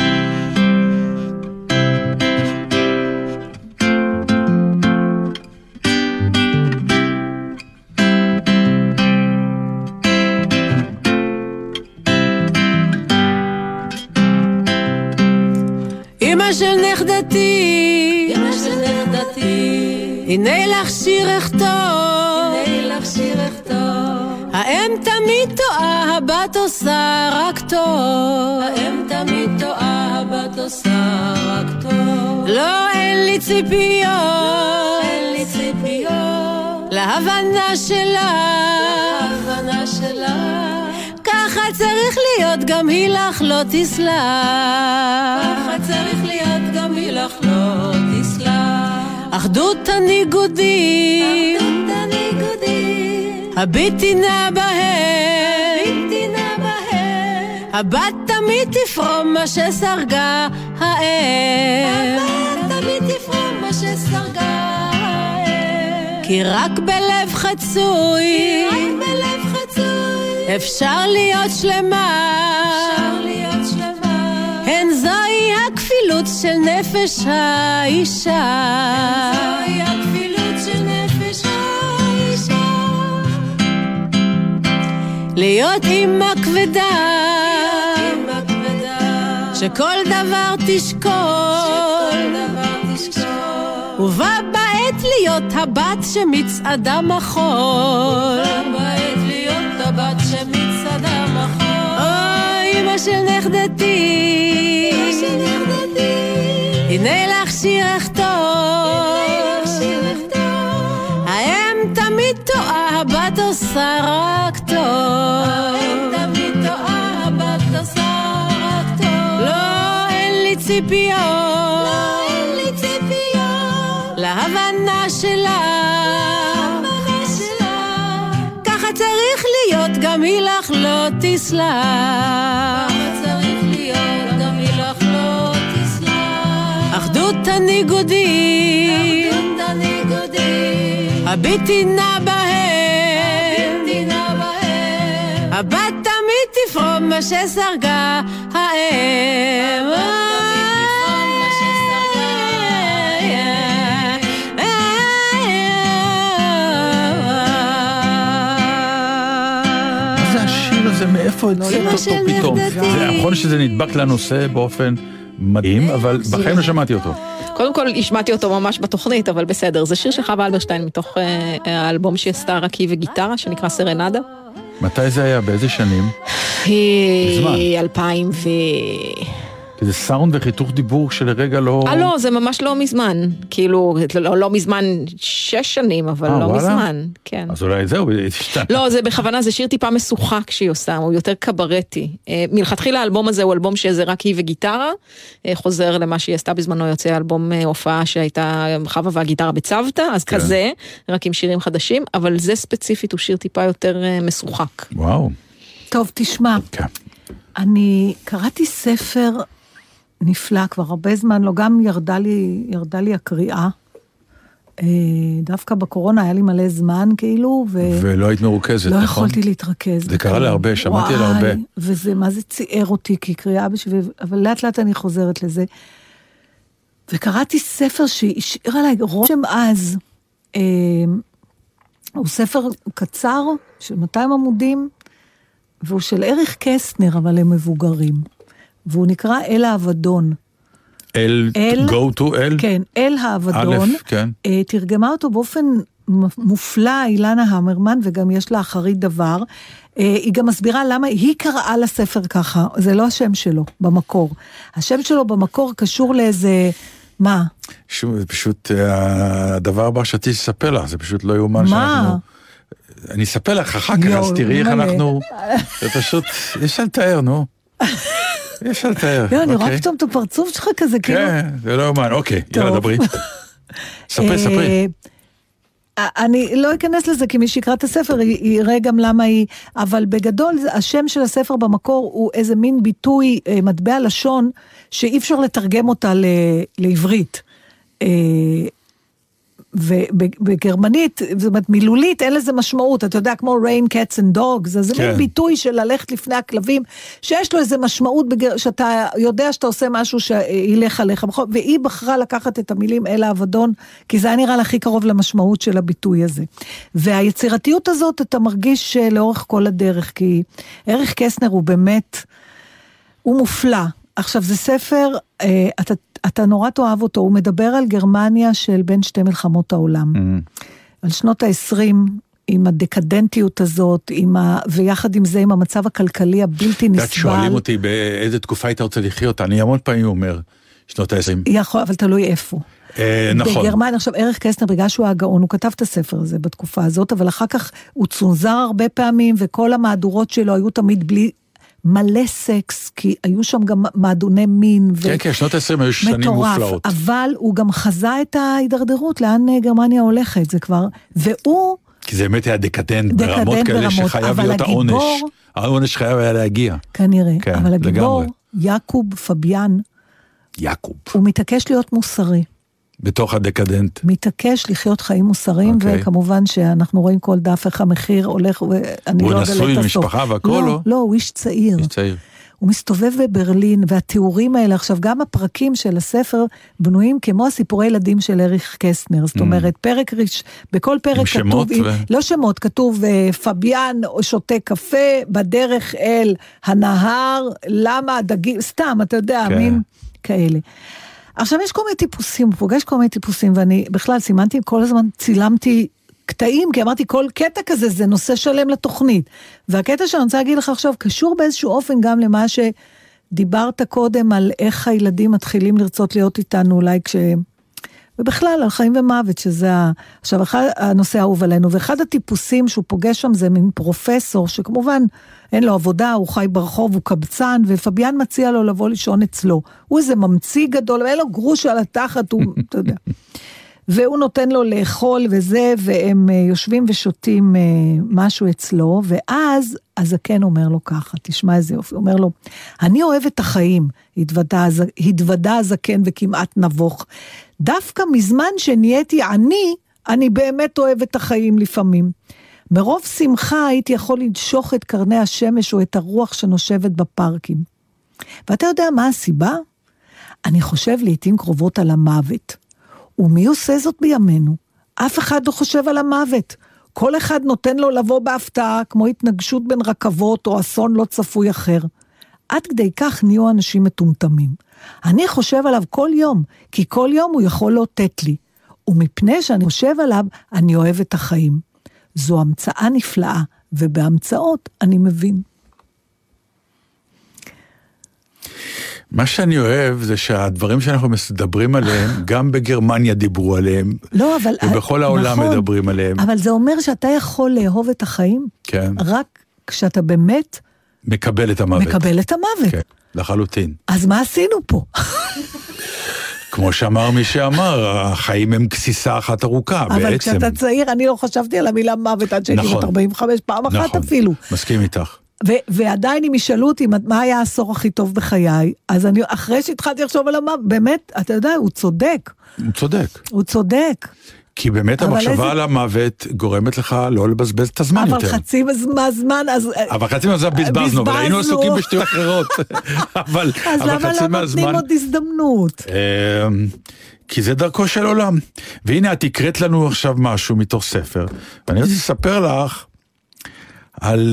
הנה לך שירך טוב, הנה לך שירך טוב, האם תמיד טועה, הבת עושה רק טוב, האם תמיד טועה, הבת עושה רק טוב. לא, אין לי ציפיות, אין לי ציפיות, להבנה שלה, להבנה שלה. ככה צריך להיות, גם היא לך לא תסלח, ככה צריך להיות, גם היא לך לא תסלח. אחדות הניגודים, אחדות הניגודים, הביטי נא בהם, הביטי נא בהם, הבת תמיד תפרום מה שסרגה האם, הבת תמיד תפרום מה שסרגה האם, כי רק בלב חצוי, רק בלב חצוי, אפשר להיות שלמה, אפשר להיות שלמה. הן זוהי הכפילות של נפש האישה, זוהי הכפילות של נפש האישה. להיות אימא כבדה, להיות אימא כבדה, שכל דבר תשקול, שכל דבר תשקול, ובה בעת להיות הבת שמצעדה מחול, ובה בעת להיות הבת שמצעדה מחול. אוי אמא של נכדתי, אמא של נכדתי, הנה לך שירך טוב, הנה לך שירך טוב, האם תמיד טועה, הבת עושה רק טוב, האם תמיד טועה, הבת עושה רק טוב. לא, אין לי ציפיות, לא, אין לי ציפיות, להבנה שלה, להבנה שלה. ככה צריך להיות, גם היא לך לא תסלח, ככה צריך להיות, גם היא לך לא תסלח. אחדות הניגודים, אחדות הניגודים, הביטי נא בהם, הביטי נא בהם, הבת תמיד תפרום מה שסרגה האם, זה מאיפה הציל אותו פתאום? זה נכון שזה נדבק לנושא באופן מדהים, אבל בחיים לא שמעתי אותו. קודם כל, השמעתי אותו ממש בתוכנית, אבל בסדר. זה שיר של חווה אלברשטיין מתוך האלבום שהיא עשתה רק היא וגיטרה, שנקרא סרנדה. מתי זה היה? באיזה שנים? היא אלפיים ו... זה סאונד וחיתוך דיבור שלרגע לא... אה לא, זה ממש לא מזמן, כאילו, לא, לא מזמן שש שנים, אבל 아, לא וואלה? מזמן, כן. אז אולי זהו, לא, זה בכוונה, זה שיר טיפה משוחק שהיא עושה, הוא יותר קברטי. מלכתחילה האלבום הזה הוא אלבום שזה רק היא וגיטרה, חוזר למה שהיא עשתה בזמנו, יוצא אלבום הופעה שהייתה חווה והגיטרה בצוותא, אז כן. כזה, רק עם שירים חדשים, אבל זה ספציפית הוא שיר טיפה יותר משוחק. וואו. טוב, תשמע, כן. אני קראתי ספר נפלא, כבר הרבה זמן, לא גם ירדה לי, ירדה לי הקריאה, דווקא בקורונה היה לי מלא זמן כאילו, ו... ולא היית מרוכזת, לא נכון? לא יכולתי להתרכז. זה קרה להרבה, שמעתי על הרבה. וזה, מה זה ציער אותי, כי קריאה בשביל, אבל לאט לאט אני חוזרת לזה. וקראתי ספר שהשאיר עליי רושם אז, אה, הוא ספר קצר, של מאתיים עמודים, והוא של אריך קסטנר, אבל הם מבוגרים. והוא נקרא אל האבדון. אל, go to אל? כן, אל האבדון. א', כן. תרגמה אותו באופן מופלא, אילנה המרמן, וגם יש לה אחרית דבר. היא גם מסבירה למה היא קראה לספר ככה, זה לא השם שלו, במקור. השם שלו במקור קשור לאיזה, מה? שוב, זה פשוט, הדבר הבא שתי לספר לך, זה פשוט לא יאומן שאנחנו... אני אספר לך אחר כך, אז תראי איך אנחנו... זה פשוט, יש לתאר, נו. יש לתאר. לא, אני רואה פתאום את הפרצוף שלך כזה, כאילו... כן, זה לא יאומן, אוקיי, יאללה, דברי. ספרי, ספרי. אני לא אכנס לזה, כי מי שיקרא את הספר יראה גם למה היא... אבל בגדול, השם של הספר במקור הוא איזה מין ביטוי, מטבע לשון, שאי אפשר לתרגם אותה לעברית. ובגרמנית, זאת אומרת, מילולית, אין לזה משמעות, אתה יודע, כמו rain, cats and dogs, זה מין ביטוי של ללכת לפני הכלבים, שיש לו איזה משמעות, שאתה יודע שאתה עושה משהו שילך עליך, והיא בחרה לקחת את המילים אל האבדון, כי זה היה נראה לה הכי קרוב למשמעות של הביטוי הזה. והיצירתיות הזאת, אתה מרגיש לאורך כל הדרך, כי אריך קסטנר הוא באמת, הוא מופלא. עכשיו, זה ספר, אתה, אתה נורא תאהב אותו, הוא מדבר על גרמניה של בין שתי מלחמות העולם. על שנות ה-עשרים, עם הדקדנטיות הזאת, עם ה... ויחד עם זה, עם המצב הכלכלי הבלתי נסבל. את שואלים אותי באיזה תקופה היית רוצה לחיות, אני המון פעמים אומר, שנות ה-עשרים. יכול, אבל תלוי איפה. אה, נכון. בגרמניה, עכשיו, ערך קסטנר, בגלל שהוא הגאון, הוא כתב את הספר הזה בתקופה הזאת, אבל אחר כך הוא צונזר הרבה פעמים, וכל המהדורות שלו היו תמיד בלי מלא סקס, כי היו שם גם מעדוני מין. כן, כן, שנות ה-עשרים היו שנים מופלאות. אבל הוא גם חזה את ההידרדרות, לאן גרמניה הולכת, זה כבר, והוא... כי זה באמת היה דקדנט ברמות כאלה שחייב להיות העונש. העונש חייב היה להגיע. כנראה, אבל הגיבור, יעקוב פביאן, יעקוב. הוא מתעקש להיות מוסרי. בתוך הדקדנט. מתעקש לחיות חיים מוסריים, וכמובן שאנחנו רואים כל דף איך המחיר הולך, ואני לא אגלה את הסוף. הוא נשוי, משפחה והכל, לא? לא, הוא איש צעיר. איש צעיר. הוא מסתובב בברלין, והתיאורים האלה, עכשיו גם הפרקים של הספר בנויים כמו הסיפורי ילדים של ערך קסטנר, זאת אומרת, פרק ריש, בכל פרק כתוב, לא שמות, כתוב פביאן שותה קפה, בדרך אל הנהר, למה הדגים, סתם, אתה יודע, מין כאלה. עכשיו יש כל מיני טיפוסים, הוא פוגש כל מיני טיפוסים, ואני בכלל סימנתי, כל הזמן צילמתי קטעים, כי אמרתי, כל קטע כזה זה נושא שלם לתוכנית. והקטע שאני רוצה להגיד לך עכשיו, קשור באיזשהו אופן גם למה שדיברת קודם, על איך הילדים מתחילים לרצות להיות איתנו, אולי כש... ובכלל, על חיים ומוות, שזה ה... עכשיו, אחד הנושא האהוב עלינו, ואחד הטיפוסים שהוא פוגש שם, זה מין פרופסור, שכמובן אין לו עבודה, הוא חי ברחוב, הוא קבצן, ופביאן מציע לו לבוא לישון אצלו. הוא איזה ממציא גדול, ואין לו גרוש על התחת, הוא, אתה יודע. והוא נותן לו לאכול וזה, והם יושבים ושותים משהו אצלו, ואז הזקן אומר לו ככה, תשמע איזה יופי, הוא אומר לו, אני אוהב את החיים, התוודה, התוודה הזקן וכמעט נבוך, דווקא מזמן שנהייתי אני, אני באמת אוהב את החיים לפעמים. מרוב שמחה הייתי יכול לנשוך את קרני השמש או את הרוח שנושבת בפארקים. ואתה יודע מה הסיבה? אני חושב לעתים קרובות על המוות. ומי עושה זאת בימינו? אף אחד לא חושב על המוות. כל אחד נותן לו לבוא בהפתעה, כמו התנגשות בין רכבות או אסון לא צפוי אחר. עד כדי כך נהיו אנשים מטומטמים. אני חושב עליו כל יום, כי כל יום הוא יכול לאותת לי. ומפני שאני חושב עליו, אני אוהב את החיים. זו המצאה נפלאה, ובהמצאות אני מבין. מה שאני אוהב זה שהדברים שאנחנו מדברים עליהם, גם בגרמניה דיברו עליהם, לא, אבל, ובכל העולם נכון, מדברים עליהם. אבל זה אומר שאתה יכול לאהוב את החיים, כן. רק כשאתה באמת מקבל את המוות. מקבל את המוות. כן, לחלוטין. אז מה עשינו פה? כמו שאמר מי שאמר, החיים הם כסיסה אחת ארוכה, אבל בעצם. אבל כשאתה צעיר, אני לא חשבתי על המילה מוות, עד שהייתי בת ארבעים וחמש, פעם אחת נכון, אפילו. מסכים איתך. ו- ועדיין אם ישאלו אותי מה היה העשור הכי טוב בחיי, אז אני, אחרי שהתחלתי לחשוב על המוות, באמת, אתה יודע, הוא צודק. הוא צודק. הוא צודק. כי באמת המחשבה איזה... על המוות גורמת לך לא לבזבז את הזמן אבל יותר. אבל חצי מהזמן, אז... אבל חצי מהזמן בזבזנו, אבל היינו עסוקים בשטויות אחרות. אבל, אז אבל למה לא מהזמן... נותנים עוד הזדמנות? כי זה דרכו של עולם. והנה, את הקראת לנו עכשיו משהו מתוך ספר, ואני רוצה לספר לך על...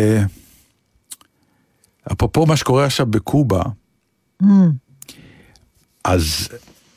אפרופו מה שקורה עכשיו בקובה, mm. אז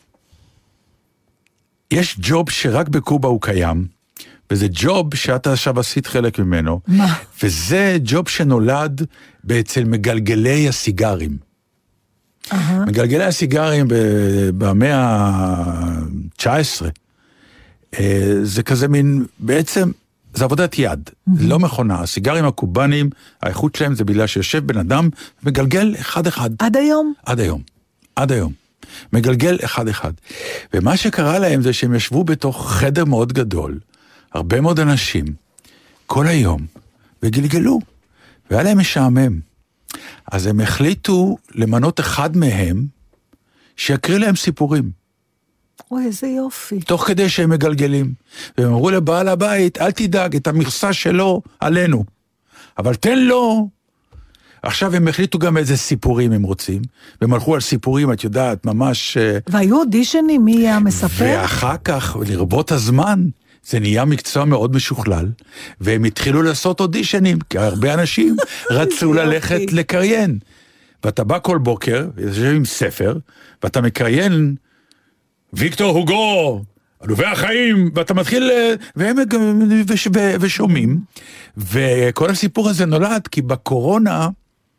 יש ג'וב שרק בקובה הוא קיים, וזה ג'וב שאתה עכשיו עשית חלק ממנו, מה? וזה ג'וב שנולד אצל מגלגלי הסיגרים. Uh-huh. מגלגלי הסיגרים במאה ה-תשע עשרה, זה כזה מין, בעצם, זה עבודת יד, mm-hmm. זה לא מכונה. הסיגרים הקובנים, האיכות שלהם זה בגלל שיושב בן אדם, מגלגל אחד אחד. עד היום? עד היום, עד היום. מגלגל אחד אחד. ומה שקרה להם זה שהם ישבו בתוך חדר מאוד גדול, הרבה מאוד אנשים, כל היום, וגלגלו, והיה להם משעמם. אז הם החליטו למנות אחד מהם, שיקריא להם סיפורים. אוי, איזה יופי. תוך כדי שהם מגלגלים. והם אמרו לבעל הבית, אל תדאג, את המכסה שלו עלינו. אבל תן לו. עכשיו הם החליטו גם איזה סיפורים הם רוצים, והם הלכו על סיפורים, את יודעת, ממש... והיו אודישנים, מי יהיה המספר? ואחר כך, לרבות הזמן, זה נהיה מקצוע מאוד משוכלל, והם התחילו לעשות אודישנים, כי הרבה אנשים רצו ללכת לקריין. ואתה בא כל בוקר, יושב עם ספר, ואתה מקריין ויקטור הוגו, עלובי החיים, ואתה מתחיל, והם וש, ושומעים, וכל הסיפור הזה נולד, כי בקורונה,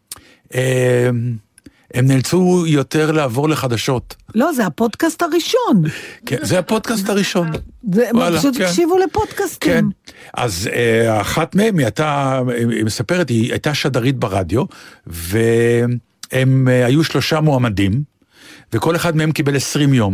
הם נאלצו יותר לעבור לחדשות. לא, זה הפודקאסט הראשון. כן, זה הפודקאסט הראשון. פשוט תקשיבו לפודקאסטים. כן, אז אחת מהם, היא הייתה, היא מספרת, היא הייתה שדרית ברדיו, והם היו שלושה מועמדים, וכל אחד מהם קיבל עשרים יום.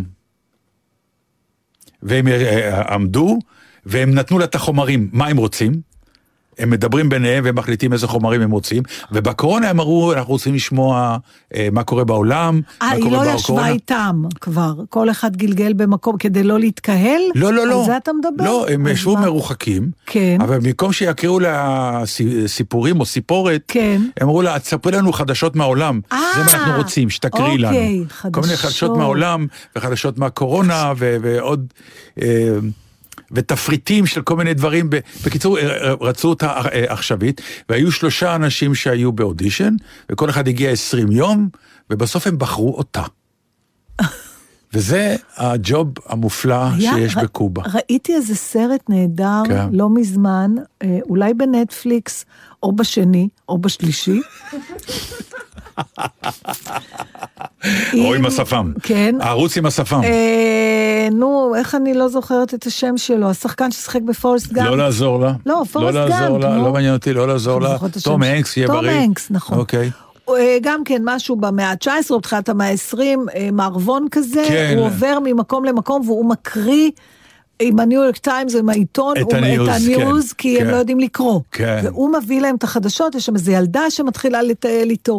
והם עמדו, והם נתנו לה את החומרים, מה הם רוצים, הם מדברים ביניהם והם מחליטים איזה חומרים הם רוצים, ובקורונה הם אמרו, אנחנו רוצים לשמוע אה, מה קורה בעולם, אה, מה היא קורה לא בקורונה. ישבה איתם כבר, כל אחד גלגל במקום כדי לא להתקהל? לא, לא, לא. על זה אתה מדבר? לא, הם ישבו מרוחקים, כן. אבל במקום שיקראו לה סיפורים או סיפורת, כן. הם אמרו לה, תספרי לנו חדשות מהעולם, אה, זה מה אנחנו רוצים, שתקריא אוקיי, לנו. חדשות. כל מיני חדשות מהעולם, וחדשות מהקורונה, ו- ועוד... אה, ותפריטים של כל מיני דברים, בקיצור, רצו אותה עכשווית, והיו שלושה אנשים שהיו באודישן, וכל אחד הגיע עשרים יום, ובסוף הם בחרו אותה. וזה הג'וב המופלא שיש בקובה. ראיתי איזה סרט נהדר, לא מזמן, אולי בנטפליקס, או בשני, או בשלישי. או עם השפם. כן. הערוץ עם השפם. נו, איך אני לא זוכרת את השם שלו, השחקן ששחק בפורסט גאמפ. לא לעזור לה. לא, פורסט גאמפ. לא מעניין אותי, לא לעזור לה. תום הנקס, יהיה בריא. תום הנקס, נכון. אוקיי. גם כן משהו במאה ה-תשע עשרה, או בתחילת המאה ה-עשרים, מערבון כזה, הוא עובר ממקום למקום, והוא מקריא עם הניו יורק טיימס, עם העיתון, את הניוז, כי הם לא יודעים לקרוא. כן. והוא מביא להם את החדשות, יש שם איזו ילדה שמתחילה לטייל איתו.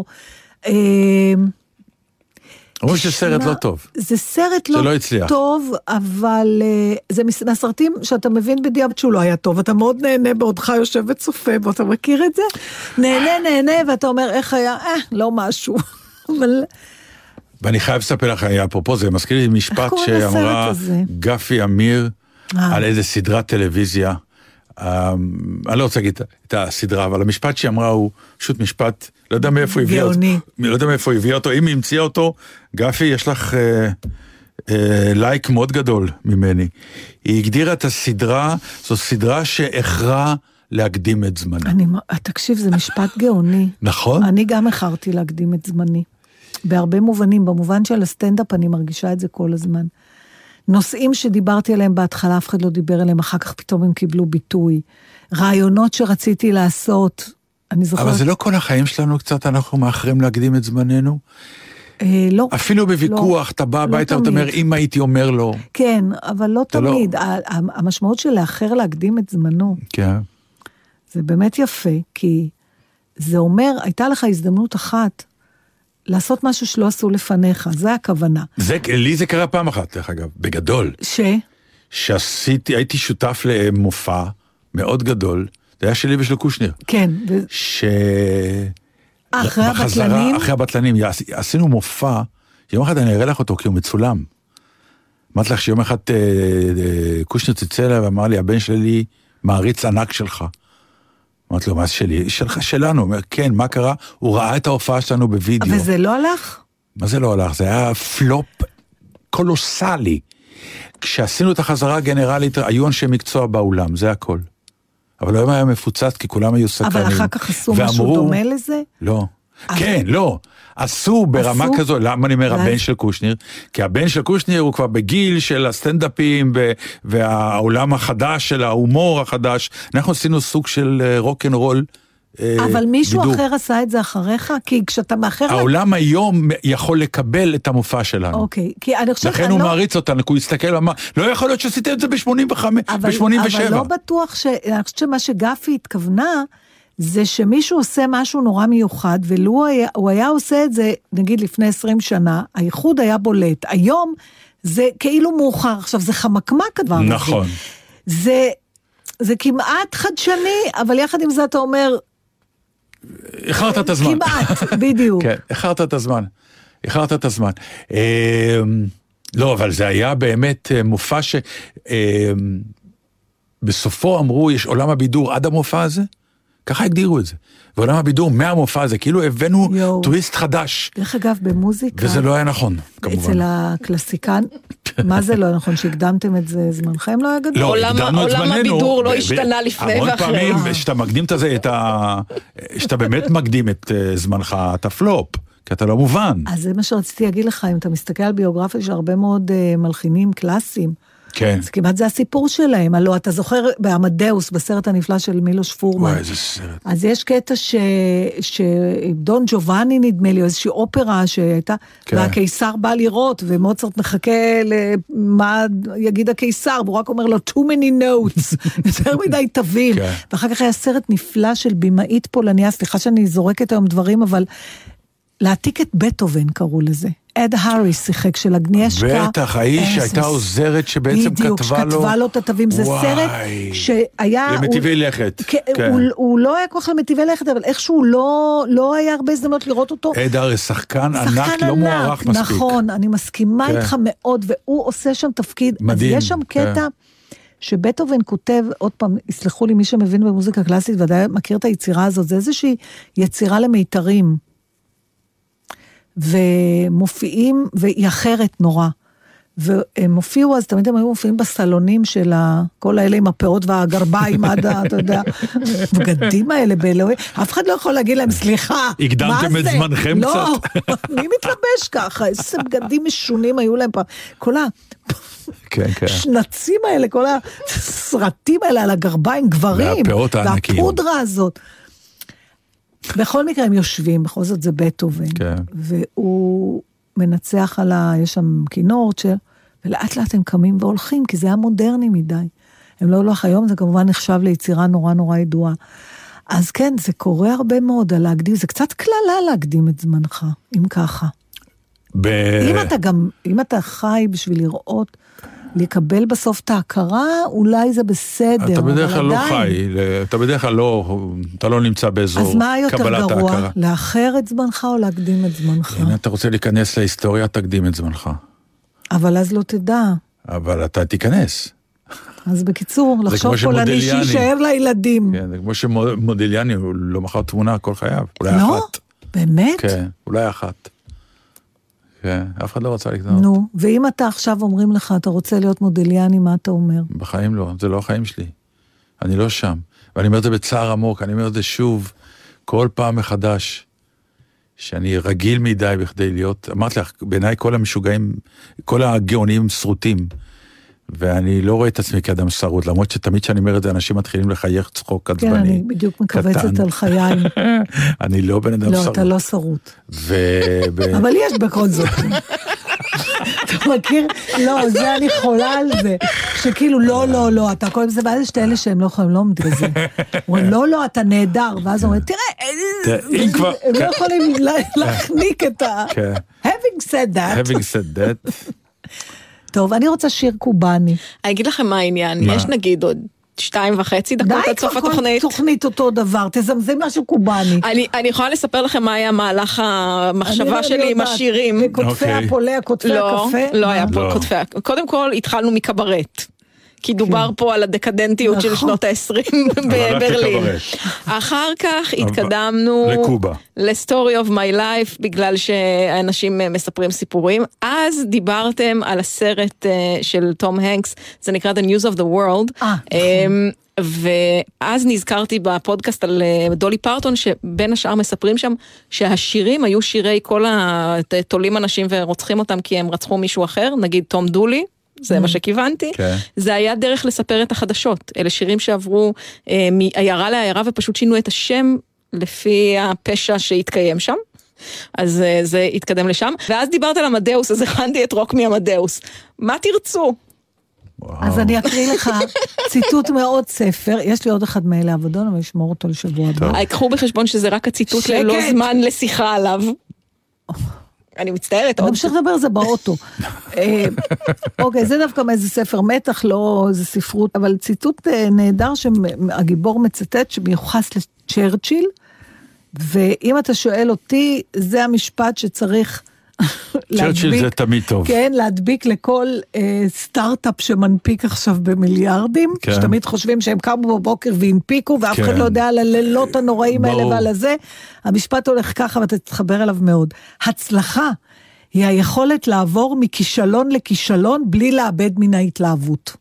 אומרים שסרט לא טוב. זה סרט לא טוב, אבל זה מהסרטים שאתה מבין בדיעבד שהוא לא היה טוב, אתה מאוד נהנה בעודך יושב וצופה, ואתה מכיר את זה? נהנה, נהנה, ואתה אומר, איך היה? אה, לא משהו. אבל... ואני חייב לספר לך, אפרופו, זה מזכיר לי משפט שאמרה גפי אמיר, על איזה סדרת טלוויזיה, אני לא רוצה להגיד את הסדרה, אבל המשפט שהיא אמרה הוא פשוט משפט, לא יודע מאיפה הביאה אותו, לא יודע מאיפה הביאה אותו, אם היא המציאה אותו, גפי, יש לך לייק מאוד גדול ממני. היא הגדירה את הסדרה, זו סדרה שהכרעה להקדים את זמנה. תקשיב, זה משפט גאוני. נכון? אני גם הכרתי להקדים את זמני. בהרבה מובנים, במובן של הסטנדאפ אני מרגישה את זה כל הזמן. נושאים שדיברתי עליהם בהתחלה, אף אחד לא דיבר עליהם, אחר כך פתאום הם קיבלו ביטוי. רעיונות שרציתי לעשות, אני זוכרת... אבל זה לא כל החיים שלנו קצת, אנחנו מאחרים להקדים את זמננו? אה, לא. אפילו בוויכוח, לא, אתה בא הביתה, לא אתה אומר, אם הייתי אומר לו... כן, אבל לא תמיד. לא... המשמעות של לאחר להקדים את זמנו, כן. זה באמת יפה, כי זה אומר, הייתה לך הזדמנות אחת, לעשות משהו שלא עשו לפניך, זה הכוונה. זה, לי זה קרה פעם אחת, דרך אגב, בגדול. ש? שעשיתי, הייתי שותף למופע מאוד גדול, זה היה שלי ושל קושניר. כן. ש... אחרי הבטלנים? אחרי הבטלנים, עשינו מופע, יום אחד אני אראה לך אותו, כי הוא מצולם. אמרתי לך שיום אחד קושניר צלצל אליי ואמר לי, הבן שלי מעריץ ענק שלך. אמרתי לו, מה זה שלי? שלך, שלנו. הוא אומר, כן, מה קרה? הוא ראה את ההופעה שלנו בווידאו. וזה לא הלך? מה זה לא הלך? זה היה פלופ קולוסלי. כשעשינו את החזרה הגנרלית, היו אנשי מקצוע באולם, זה הכל. אבל היום היה מפוצץ, כי כולם היו סקרנים. אבל אחר כך עשו משהו דומה לזה? לא. כן, לא. עשו ברמה כזו, למה אני אומר הבן של קושניר? כי הבן של קושניר הוא כבר בגיל של הסטנדאפים והעולם החדש של ההומור החדש. אנחנו עשינו סוג של רוק אנד רול. אבל מישהו אחר עשה את זה אחריך? כי כשאתה מאחר... העולם היום יכול לקבל את המופע שלנו. אוקיי, כי אני חושבת... לכן הוא מעריץ אותנו, כי הוא יסתכל ואמר, לא יכול להיות שעשיתם את זה ב-שמונים וחמש, ב-שמונים ושבע. אבל לא בטוח ש... אני חושבת שמה שגפי התכוונה... זה שמישהו עושה משהו נורא מיוחד, ולו היה, הוא היה עושה את זה, נגיד לפני עשרים שנה, הייחוד היה בולט. היום זה כאילו מאוחר, עכשיו זה חמקמק הדבר הזה. נכון. זה, זה כמעט חדשני, אבל יחד עם זה אתה אומר... הכרת את הזמן. כמעט, בדיוק. כן, הכרת את הזמן. הכרת את הזמן. לא, אבל זה היה באמת מופע ש... בסופו אמרו, יש עולם הבידור עד המופע הזה, ככה הגדירו את זה. ועולם הבידור מהמופע הזה, כאילו הבאנו יו. טוויסט חדש. דרך אגב, במוזיקה... וזה לא היה נכון, כמובן. אצל הקלסיקן, מה זה לא נכון? שהקדמתם את זה זמנכם לא היה גדול? לא, עולם- הקדמנו את עולם זמננו, הבידור לא ו- השתנה ו- לפני המון ואחרי. פעמים, שאתה מקדים את זה, את ה... שאתה באמת מקדים את אה, זמנך, אתה פלופ, כי אתה לא מובן. אז זה מה שרציתי להגיד לך, אם אתה מסתכל על ביוגרפיה של הרבה מאוד uh, מלחינים קלאסיים, כן. אז כמעט זה הסיפור שלהם. הלוא אתה זוכר בעמדאוס, בסרט הנפלא של מילוש פורמן. וואי, איזה סרט. אז יש קטע ש... שדון ג'ובאני נדמה לי, או איזושהי אופרה שהייתה, כן. והקיסר בא לראות, ומוצרט מחכה למה יגיד הקיסר, והוא רק אומר לו, too many notes, יותר מדי תווים. כן. ואחר כך היה סרט נפלא של בימאית פולניה, סליחה שאני זורקת היום דברים, אבל להעתיק את בטהובן קראו לזה. אד האריס שיחק של אגנישקה. בטח, האיש שהייתה עוזרת שבעצם בדיוק, כתבה לו... שכתבה לו את התווים. זה וואי. סרט שהיה... למטיבי הוא- לכת. כן, כן. הוא, הוא לא היה כל כך למטיבי לכת, אבל איכשהו לא, לא היה הרבה הזדמנות לראות אותו. עד האריס, שחקן שחקן ענק, לא מוערך מספיק. נכון, אני מסכימה כן. איתך מאוד, והוא עושה שם תפקיד. מדהים, אז יש שם כן. קטע שבטהובן כותב, עוד פעם, יסלחו לי מי שמבין במוזיקה קלאסית, ודאי מכיר את היצירה הזאת, זה איזושהי יצירה למיתרים. ומופיעים, והיא אחרת נורא. והם הופיעו, אז תמיד הם היו מופיעים בסלונים של כל האלה עם הפאות והגרביים עד, אתה יודע, בגדים האלה באלוהי, אף אחד לא יכול להגיד להם, סליחה, הקדמתם מה את זה? זמנכם לא, קצת. מי מתלבש ככה? איזה בגדים משונים היו להם פעם. כל כן, כן. השנצים האלה, כל הסרטים האלה על הגרביים, גברים. והפאות הענקיים. והפודרה הזאת. בכל מקרה הם יושבים, בכל זאת זה בטהובן. כן. והוא מנצח על ה... יש שם כינורת של... ולאט לאט הם קמים והולכים, כי זה היה מודרני מדי. הם לא הולך היום, זה כמובן נחשב ליצירה נורא נורא ידועה. אז כן, זה קורה הרבה מאוד על להקדים, זה קצת כללה להקדים את זמנך, אם ככה. ב... אם אתה גם, אם אתה חי בשביל לראות, לקבל בסוף את ההכרה, אולי זה בסדר. אתה בדרך אבל כלל לא עדיין. חי, אתה בדרך כלל לא, אתה לא נמצא באזור אז מה יותר קבלת גרוע? ההכרה. לאחר את זמנך או להקדים את זמנך? אם אתה רוצה להיכנס להיסטוריה, תקדים את זמנך. אבל אז לא תדע. אבל אתה תיכנס. אז בקיצור, לחשוב כמו פולני שמודליאני. שישאר לילדים. כן, זה כמו שמודליאני, הוא לא מכר תמונה כל חייו. אולי לא? אחת. באמת? כן, אולי אחת. כן, אף אחד לא רצה לקנות. נו, ואם אתה עכשיו אומרים לך, אתה רוצה להיות מודליאני, מה אתה אומר? בחיים לא, זה לא החיים שלי. אני לא שם. ואני אומר את זה בצער עמוק, אני אומר את זה שוב, כל פעם מחדש, שאני רגיל מדי בכדי להיות, אמרתי לך, בעיניי כל המשוגעים, כל הגאונים הם שרוטים, ואני לא רואה את עצמי כאדם שרוט, למרות שתמיד שאני אומר את זה, אנשים מתחילים לחייך צחוק קצבני. כן, אני בדיוק מקבצת על חיים. אני לא בן אדם לא, שרוט. אתה לא שרוט. ו... אבל יש בכל זאת. אתה מכיר? לא, זה אני חולה על זה. שכאילו, לא, לא, לא, אתה קוראים לזה, ואז יש את אלה שהם לא יכולים, לא עומדים בזה. אומרים, לא, לא, אתה נהדר. ואז אומרים, תראה, אם כבר... הם לא יכולים להחניק את ה... כן. Having said that. Having said that. טוב, אני רוצה שיר קובאני. אני אגיד לכם מה העניין, מה? יש נגיד עוד שתיים וחצי דקות עד סוף כל התוכנית. תוכנית אותו דבר, תזמזם משהו קובאני. אני, אני יכולה לספר לכם מה היה מהלך המחשבה שלי עם השירים. קוטפי אוקיי. הפולה, קוטפי לא, הקפה. לא היה פה לא. קוטפי. קודם כל התחלנו מקברט. כי דובר פה על הדקדנטיות של נכון. שנות ה-עשרים הלכת בברלין. לקברט. אחר כך התקדמנו לקובה. ל-Story of my life, בגלל שאנשים מספרים סיפורים. אז דיברתם על הסרט אה, של תום הנקס, זה נקרא The News of the World. אה, אמ, ואז נזכרתי בפודקאסט על אה, דולי פרטון, שבין השאר מספרים שם שהשירים היו שירי כל התולים אנשים ורוצחים אותם כי הם רצחו מישהו אחר, נגיד תום דולי. זה מה שכיוונתי, כן. זה היה דרך לספר את החדשות, אלה שירים שעברו אה, מעיירה לעיירה ופשוט שינו את השם לפי הפשע שהתקיים שם, אז אה, זה התקדם לשם, ואז דיברת על המדאוס, אז הכנתי את רוק מהמדאוס, מה תרצו? אז אני אקריא לך ציטוט מאוד ספר, יש לי עוד אחד מאלה עבודון, אבל אשמור אותו לשבוע הבא. קחו בחשבון שזה רק הציטוט שקט. ללא זמן לשיחה עליו. אני מצטערת, עוד נמשיך לדבר על זה באוטו. אה, אוקיי, זה דווקא מאיזה ספר מתח, לא איזה ספרות, אבל ציטוט אה, נהדר שהגיבור מצטט שמיוחס לצ'רצ'יל, ואם אתה שואל אותי, זה המשפט שצריך צ'רצ'יל זה תמיד טוב. כן, להדביק לכל אה, סטארט-אפ שמנפיק עכשיו במיליארדים, כן. שתמיד חושבים שהם קמו בבוקר והנפיקו, ואף אחד כן. לא יודע על הלילות הנוראים ברור. האלה ועל הזה. המשפט הולך ככה, ואתה תתחבר אליו מאוד. הצלחה היא היכולת לעבור מכישלון לכישלון, בלי לאבד מן ההתלהבות.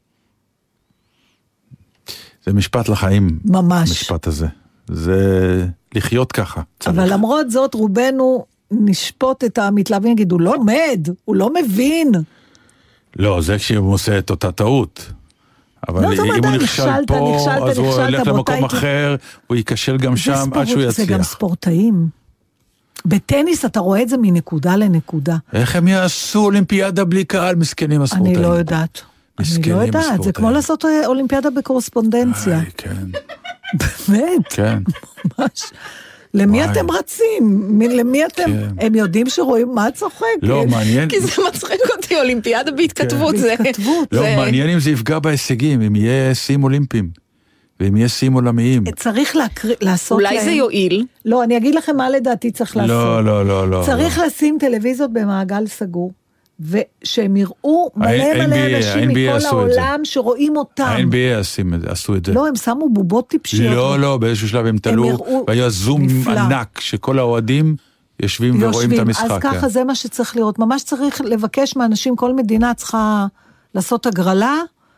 זה משפט לחיים. ממש. המשפט הזה. זה לחיות ככה. צריך. אבל למרות זאת, רובנו נשפוט את המתלהבים, נגיד, הוא לא עומד, הוא לא מבין. לא, זה כשהוא עושה את אותה טעות. אבל לא, אם הוא נכשל פה, נכשלת, אז הוא נכשלת, הולך למקום אחר, הוא ייכשל גם שם, ספורט, עד שהוא יצליח. זה גם ספורטאים. בטניס אתה רואה את זה מנקודה לנקודה. איך הם יעשו אולימפיאדה בלי קהל? מסכנים הספורטאים. אני לא יודעת. אני לא יודעת, זה כמו לעשות אולימפיאדה בקורספונדנציה. איי, כן. באמת. כן. ממש. למי אתם רצים? למי אתם? הם יודעים שרואים מה צוחק. לא, מעניין. כי זה מצחיק אותי, אולימפיאדה בהתכתבות. בהתכתבות. לא, מעניין אם זה יפגע בהישגים, אם יהיה שיאים אולימפיים, ואם יהיה שיאים עולמיים. צריך לעשות להם... אולי זה יועיל. לא, אני אגיד לכם מה לדעתי צריך לעשות. לא, לא, לא, לא. צריך לשים טלוויזיות במעגל סגור. ושהם יראו מלא מלא אנשים מכל העולם שרואים אותם. ה-אן בי איי עשו את זה. לא, הם שמו בובות טיפשיות. לא, לא, באיזשהו שלב הם תלו, והיה זום ענק, שכל האוהדים יושבים ורואים את המשחק. אז ככה זה מה שצריך לראות. ממש צריך לבקש מאנשים, כל מדינה צריכה לעשות הגרלה,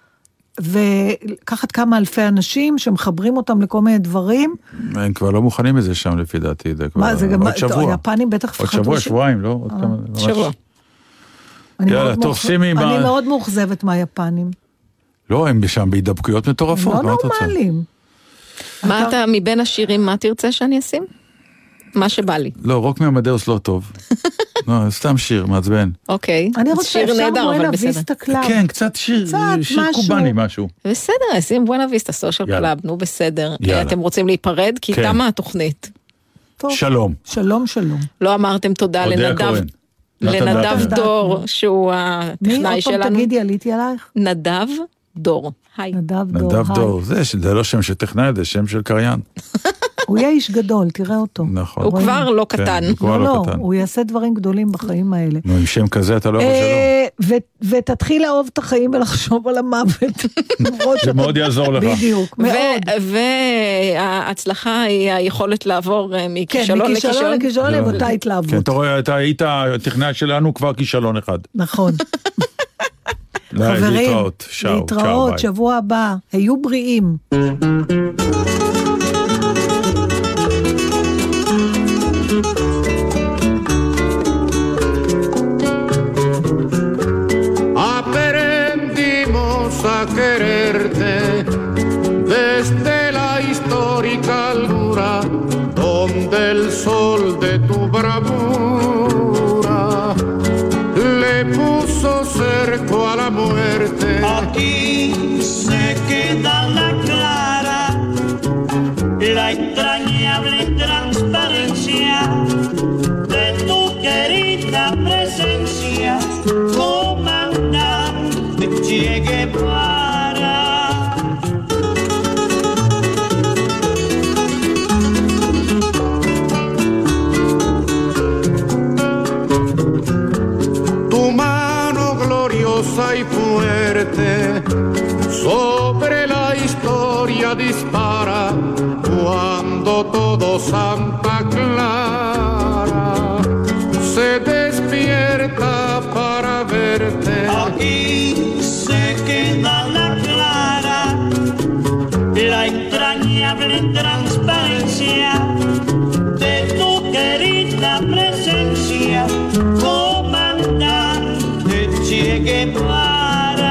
ולקחת כמה אלפי אנשים שמחברים אותם לכל מיני דברים. הם כבר לא מוכנים לזה שם לפי דעתי. מה, זה גם... היפנים בטח... עוד שבוע, שבועיים, לא? שבוע. יאללה, תופסים עם... אני מאוד מאוכזבת מהיפנים. לא, הם שם בהידבקויות מטורפות. הם לא נורמליים. מה אתה, מבין השירים, מה תרצה שאני אשים? מה שבא לי. לא, רוק מעמדאוס לא טוב. לא, סתם שיר, מעצבן. אוקיי. אני רוצה אפשר בואנה ויסטה קלאב. כן, קצת שיר קובני משהו. בסדר, שים בואנה ויסטה סושיאל קלאב, נו בסדר. אתם רוצים להיפרד? כי תמה התוכנית. שלום. שלום, שלום. לא אמרתם תודה לנדב. לנדב דור, שהוא הטכנאי שלנו. מי? עוד פעם תגידי, עליתי עלייך? נדב דור. היי. נדב דור, נדב דור, זה לא שם של טכנאי, זה שם של קריין. הוא יהיה איש גדול, תראה אותו. נכון. הוא כבר לא קטן. לא, לא, הוא יעשה דברים גדולים בחיים האלה. נו, עם שם כזה אתה לא יכול שלא. ותתחיל לאהוב את החיים ולחשוב על המוות. זה מאוד יעזור לך. בדיוק, מאוד. וההצלחה היא היכולת לעבור מכישלון לכישלון. מכישלון לכישלון עם אותה התלהבות. כן, אתה רואה, אתה היית הטכנאי שלנו כבר כישלון אחד. נכון. חברים, להתראות, שבוע הבא. היו בריאים. Quererte desde la histórica altura donde el sol de tu bravura le puso cerco a la muerte. Aquí se queda la clara, la entrañable transparencia de tu querida presencia, comandante Che Guevara. Tu mano gloriosa y fuerte sobre la historia dispara cuando todo Santa Clara se despierta para verte. Aquí se queda la clara, la entrañable transparencia de tu querida presencia, comandante Che Guevara.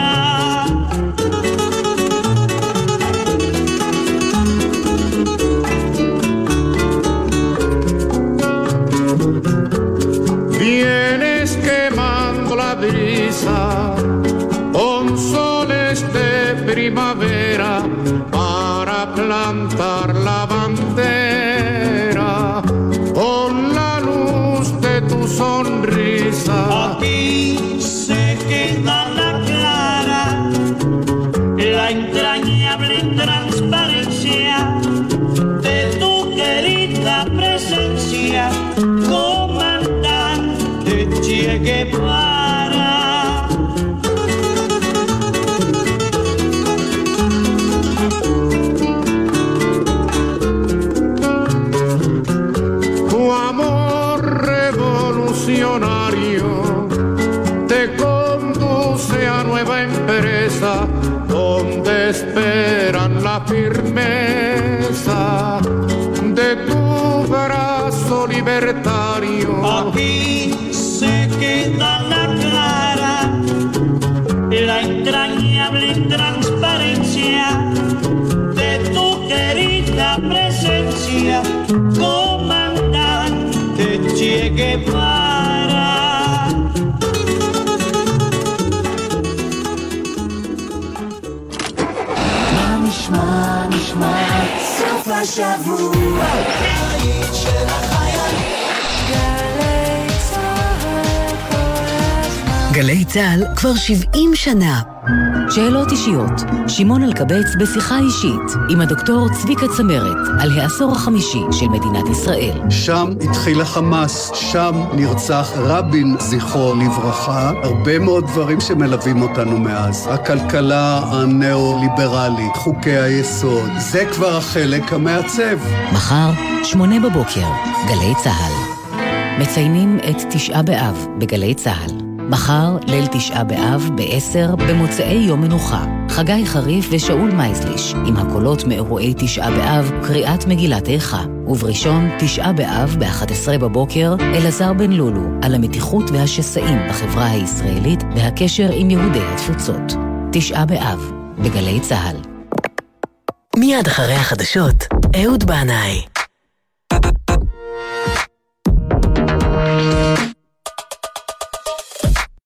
Vienes quemando la brisa con soles de primavera para plantar la bandera con la luz de tu sonrisa. Aquí se queda la clara, la entrañable transparencia de tu querida presencia, comandante Che Guevara. Tu amor revolucionario te conduce a nueva empresa donde esperan la firmeza de tu brazo libertario. Aquí se queda la clara, la entrañable transparencia de tu querida presencia, comandante Che Guevara. מה נשמע, נשמע, סוף השבוע, בית של החיילים. גלי צהל כל הזמן. גלי צהל כבר שבעים שנה. שאלות אישיות, שמעון אלקבץ בשיחה אישית עם הדוקטור צביקה צמרת על העשור החמישי של מדינת ישראל. שם התחיל החמאס, שם נרצח רבין זכרו לברכה, הרבה מאוד דברים שמלווים אותנו מאז. הכלכלה הנאו-ליברלית, חוקי היסוד, זה כבר החלק המעצב. מחר, שמונה בבוקר, גלי צהל. מציינים את תשעה באב בגלי צהל. מחר, ליל תשעה באב, בעשר, במוצאי יום מנוחה. חגי חריף ושאול מייזליש, עם הקולות מאירועי תשעה באב, קריאת מגילת איכה. ובראשון, תשעה באב, ב-אחת עשרה בבוקר, אלעזר בן לולו, על המתיחות והשסעים בחברה הישראלית והקשר עם יהודי התפוצות. תשעה באב, בגלי צהל. מיד אחרי החדשות, אהוד בנאי.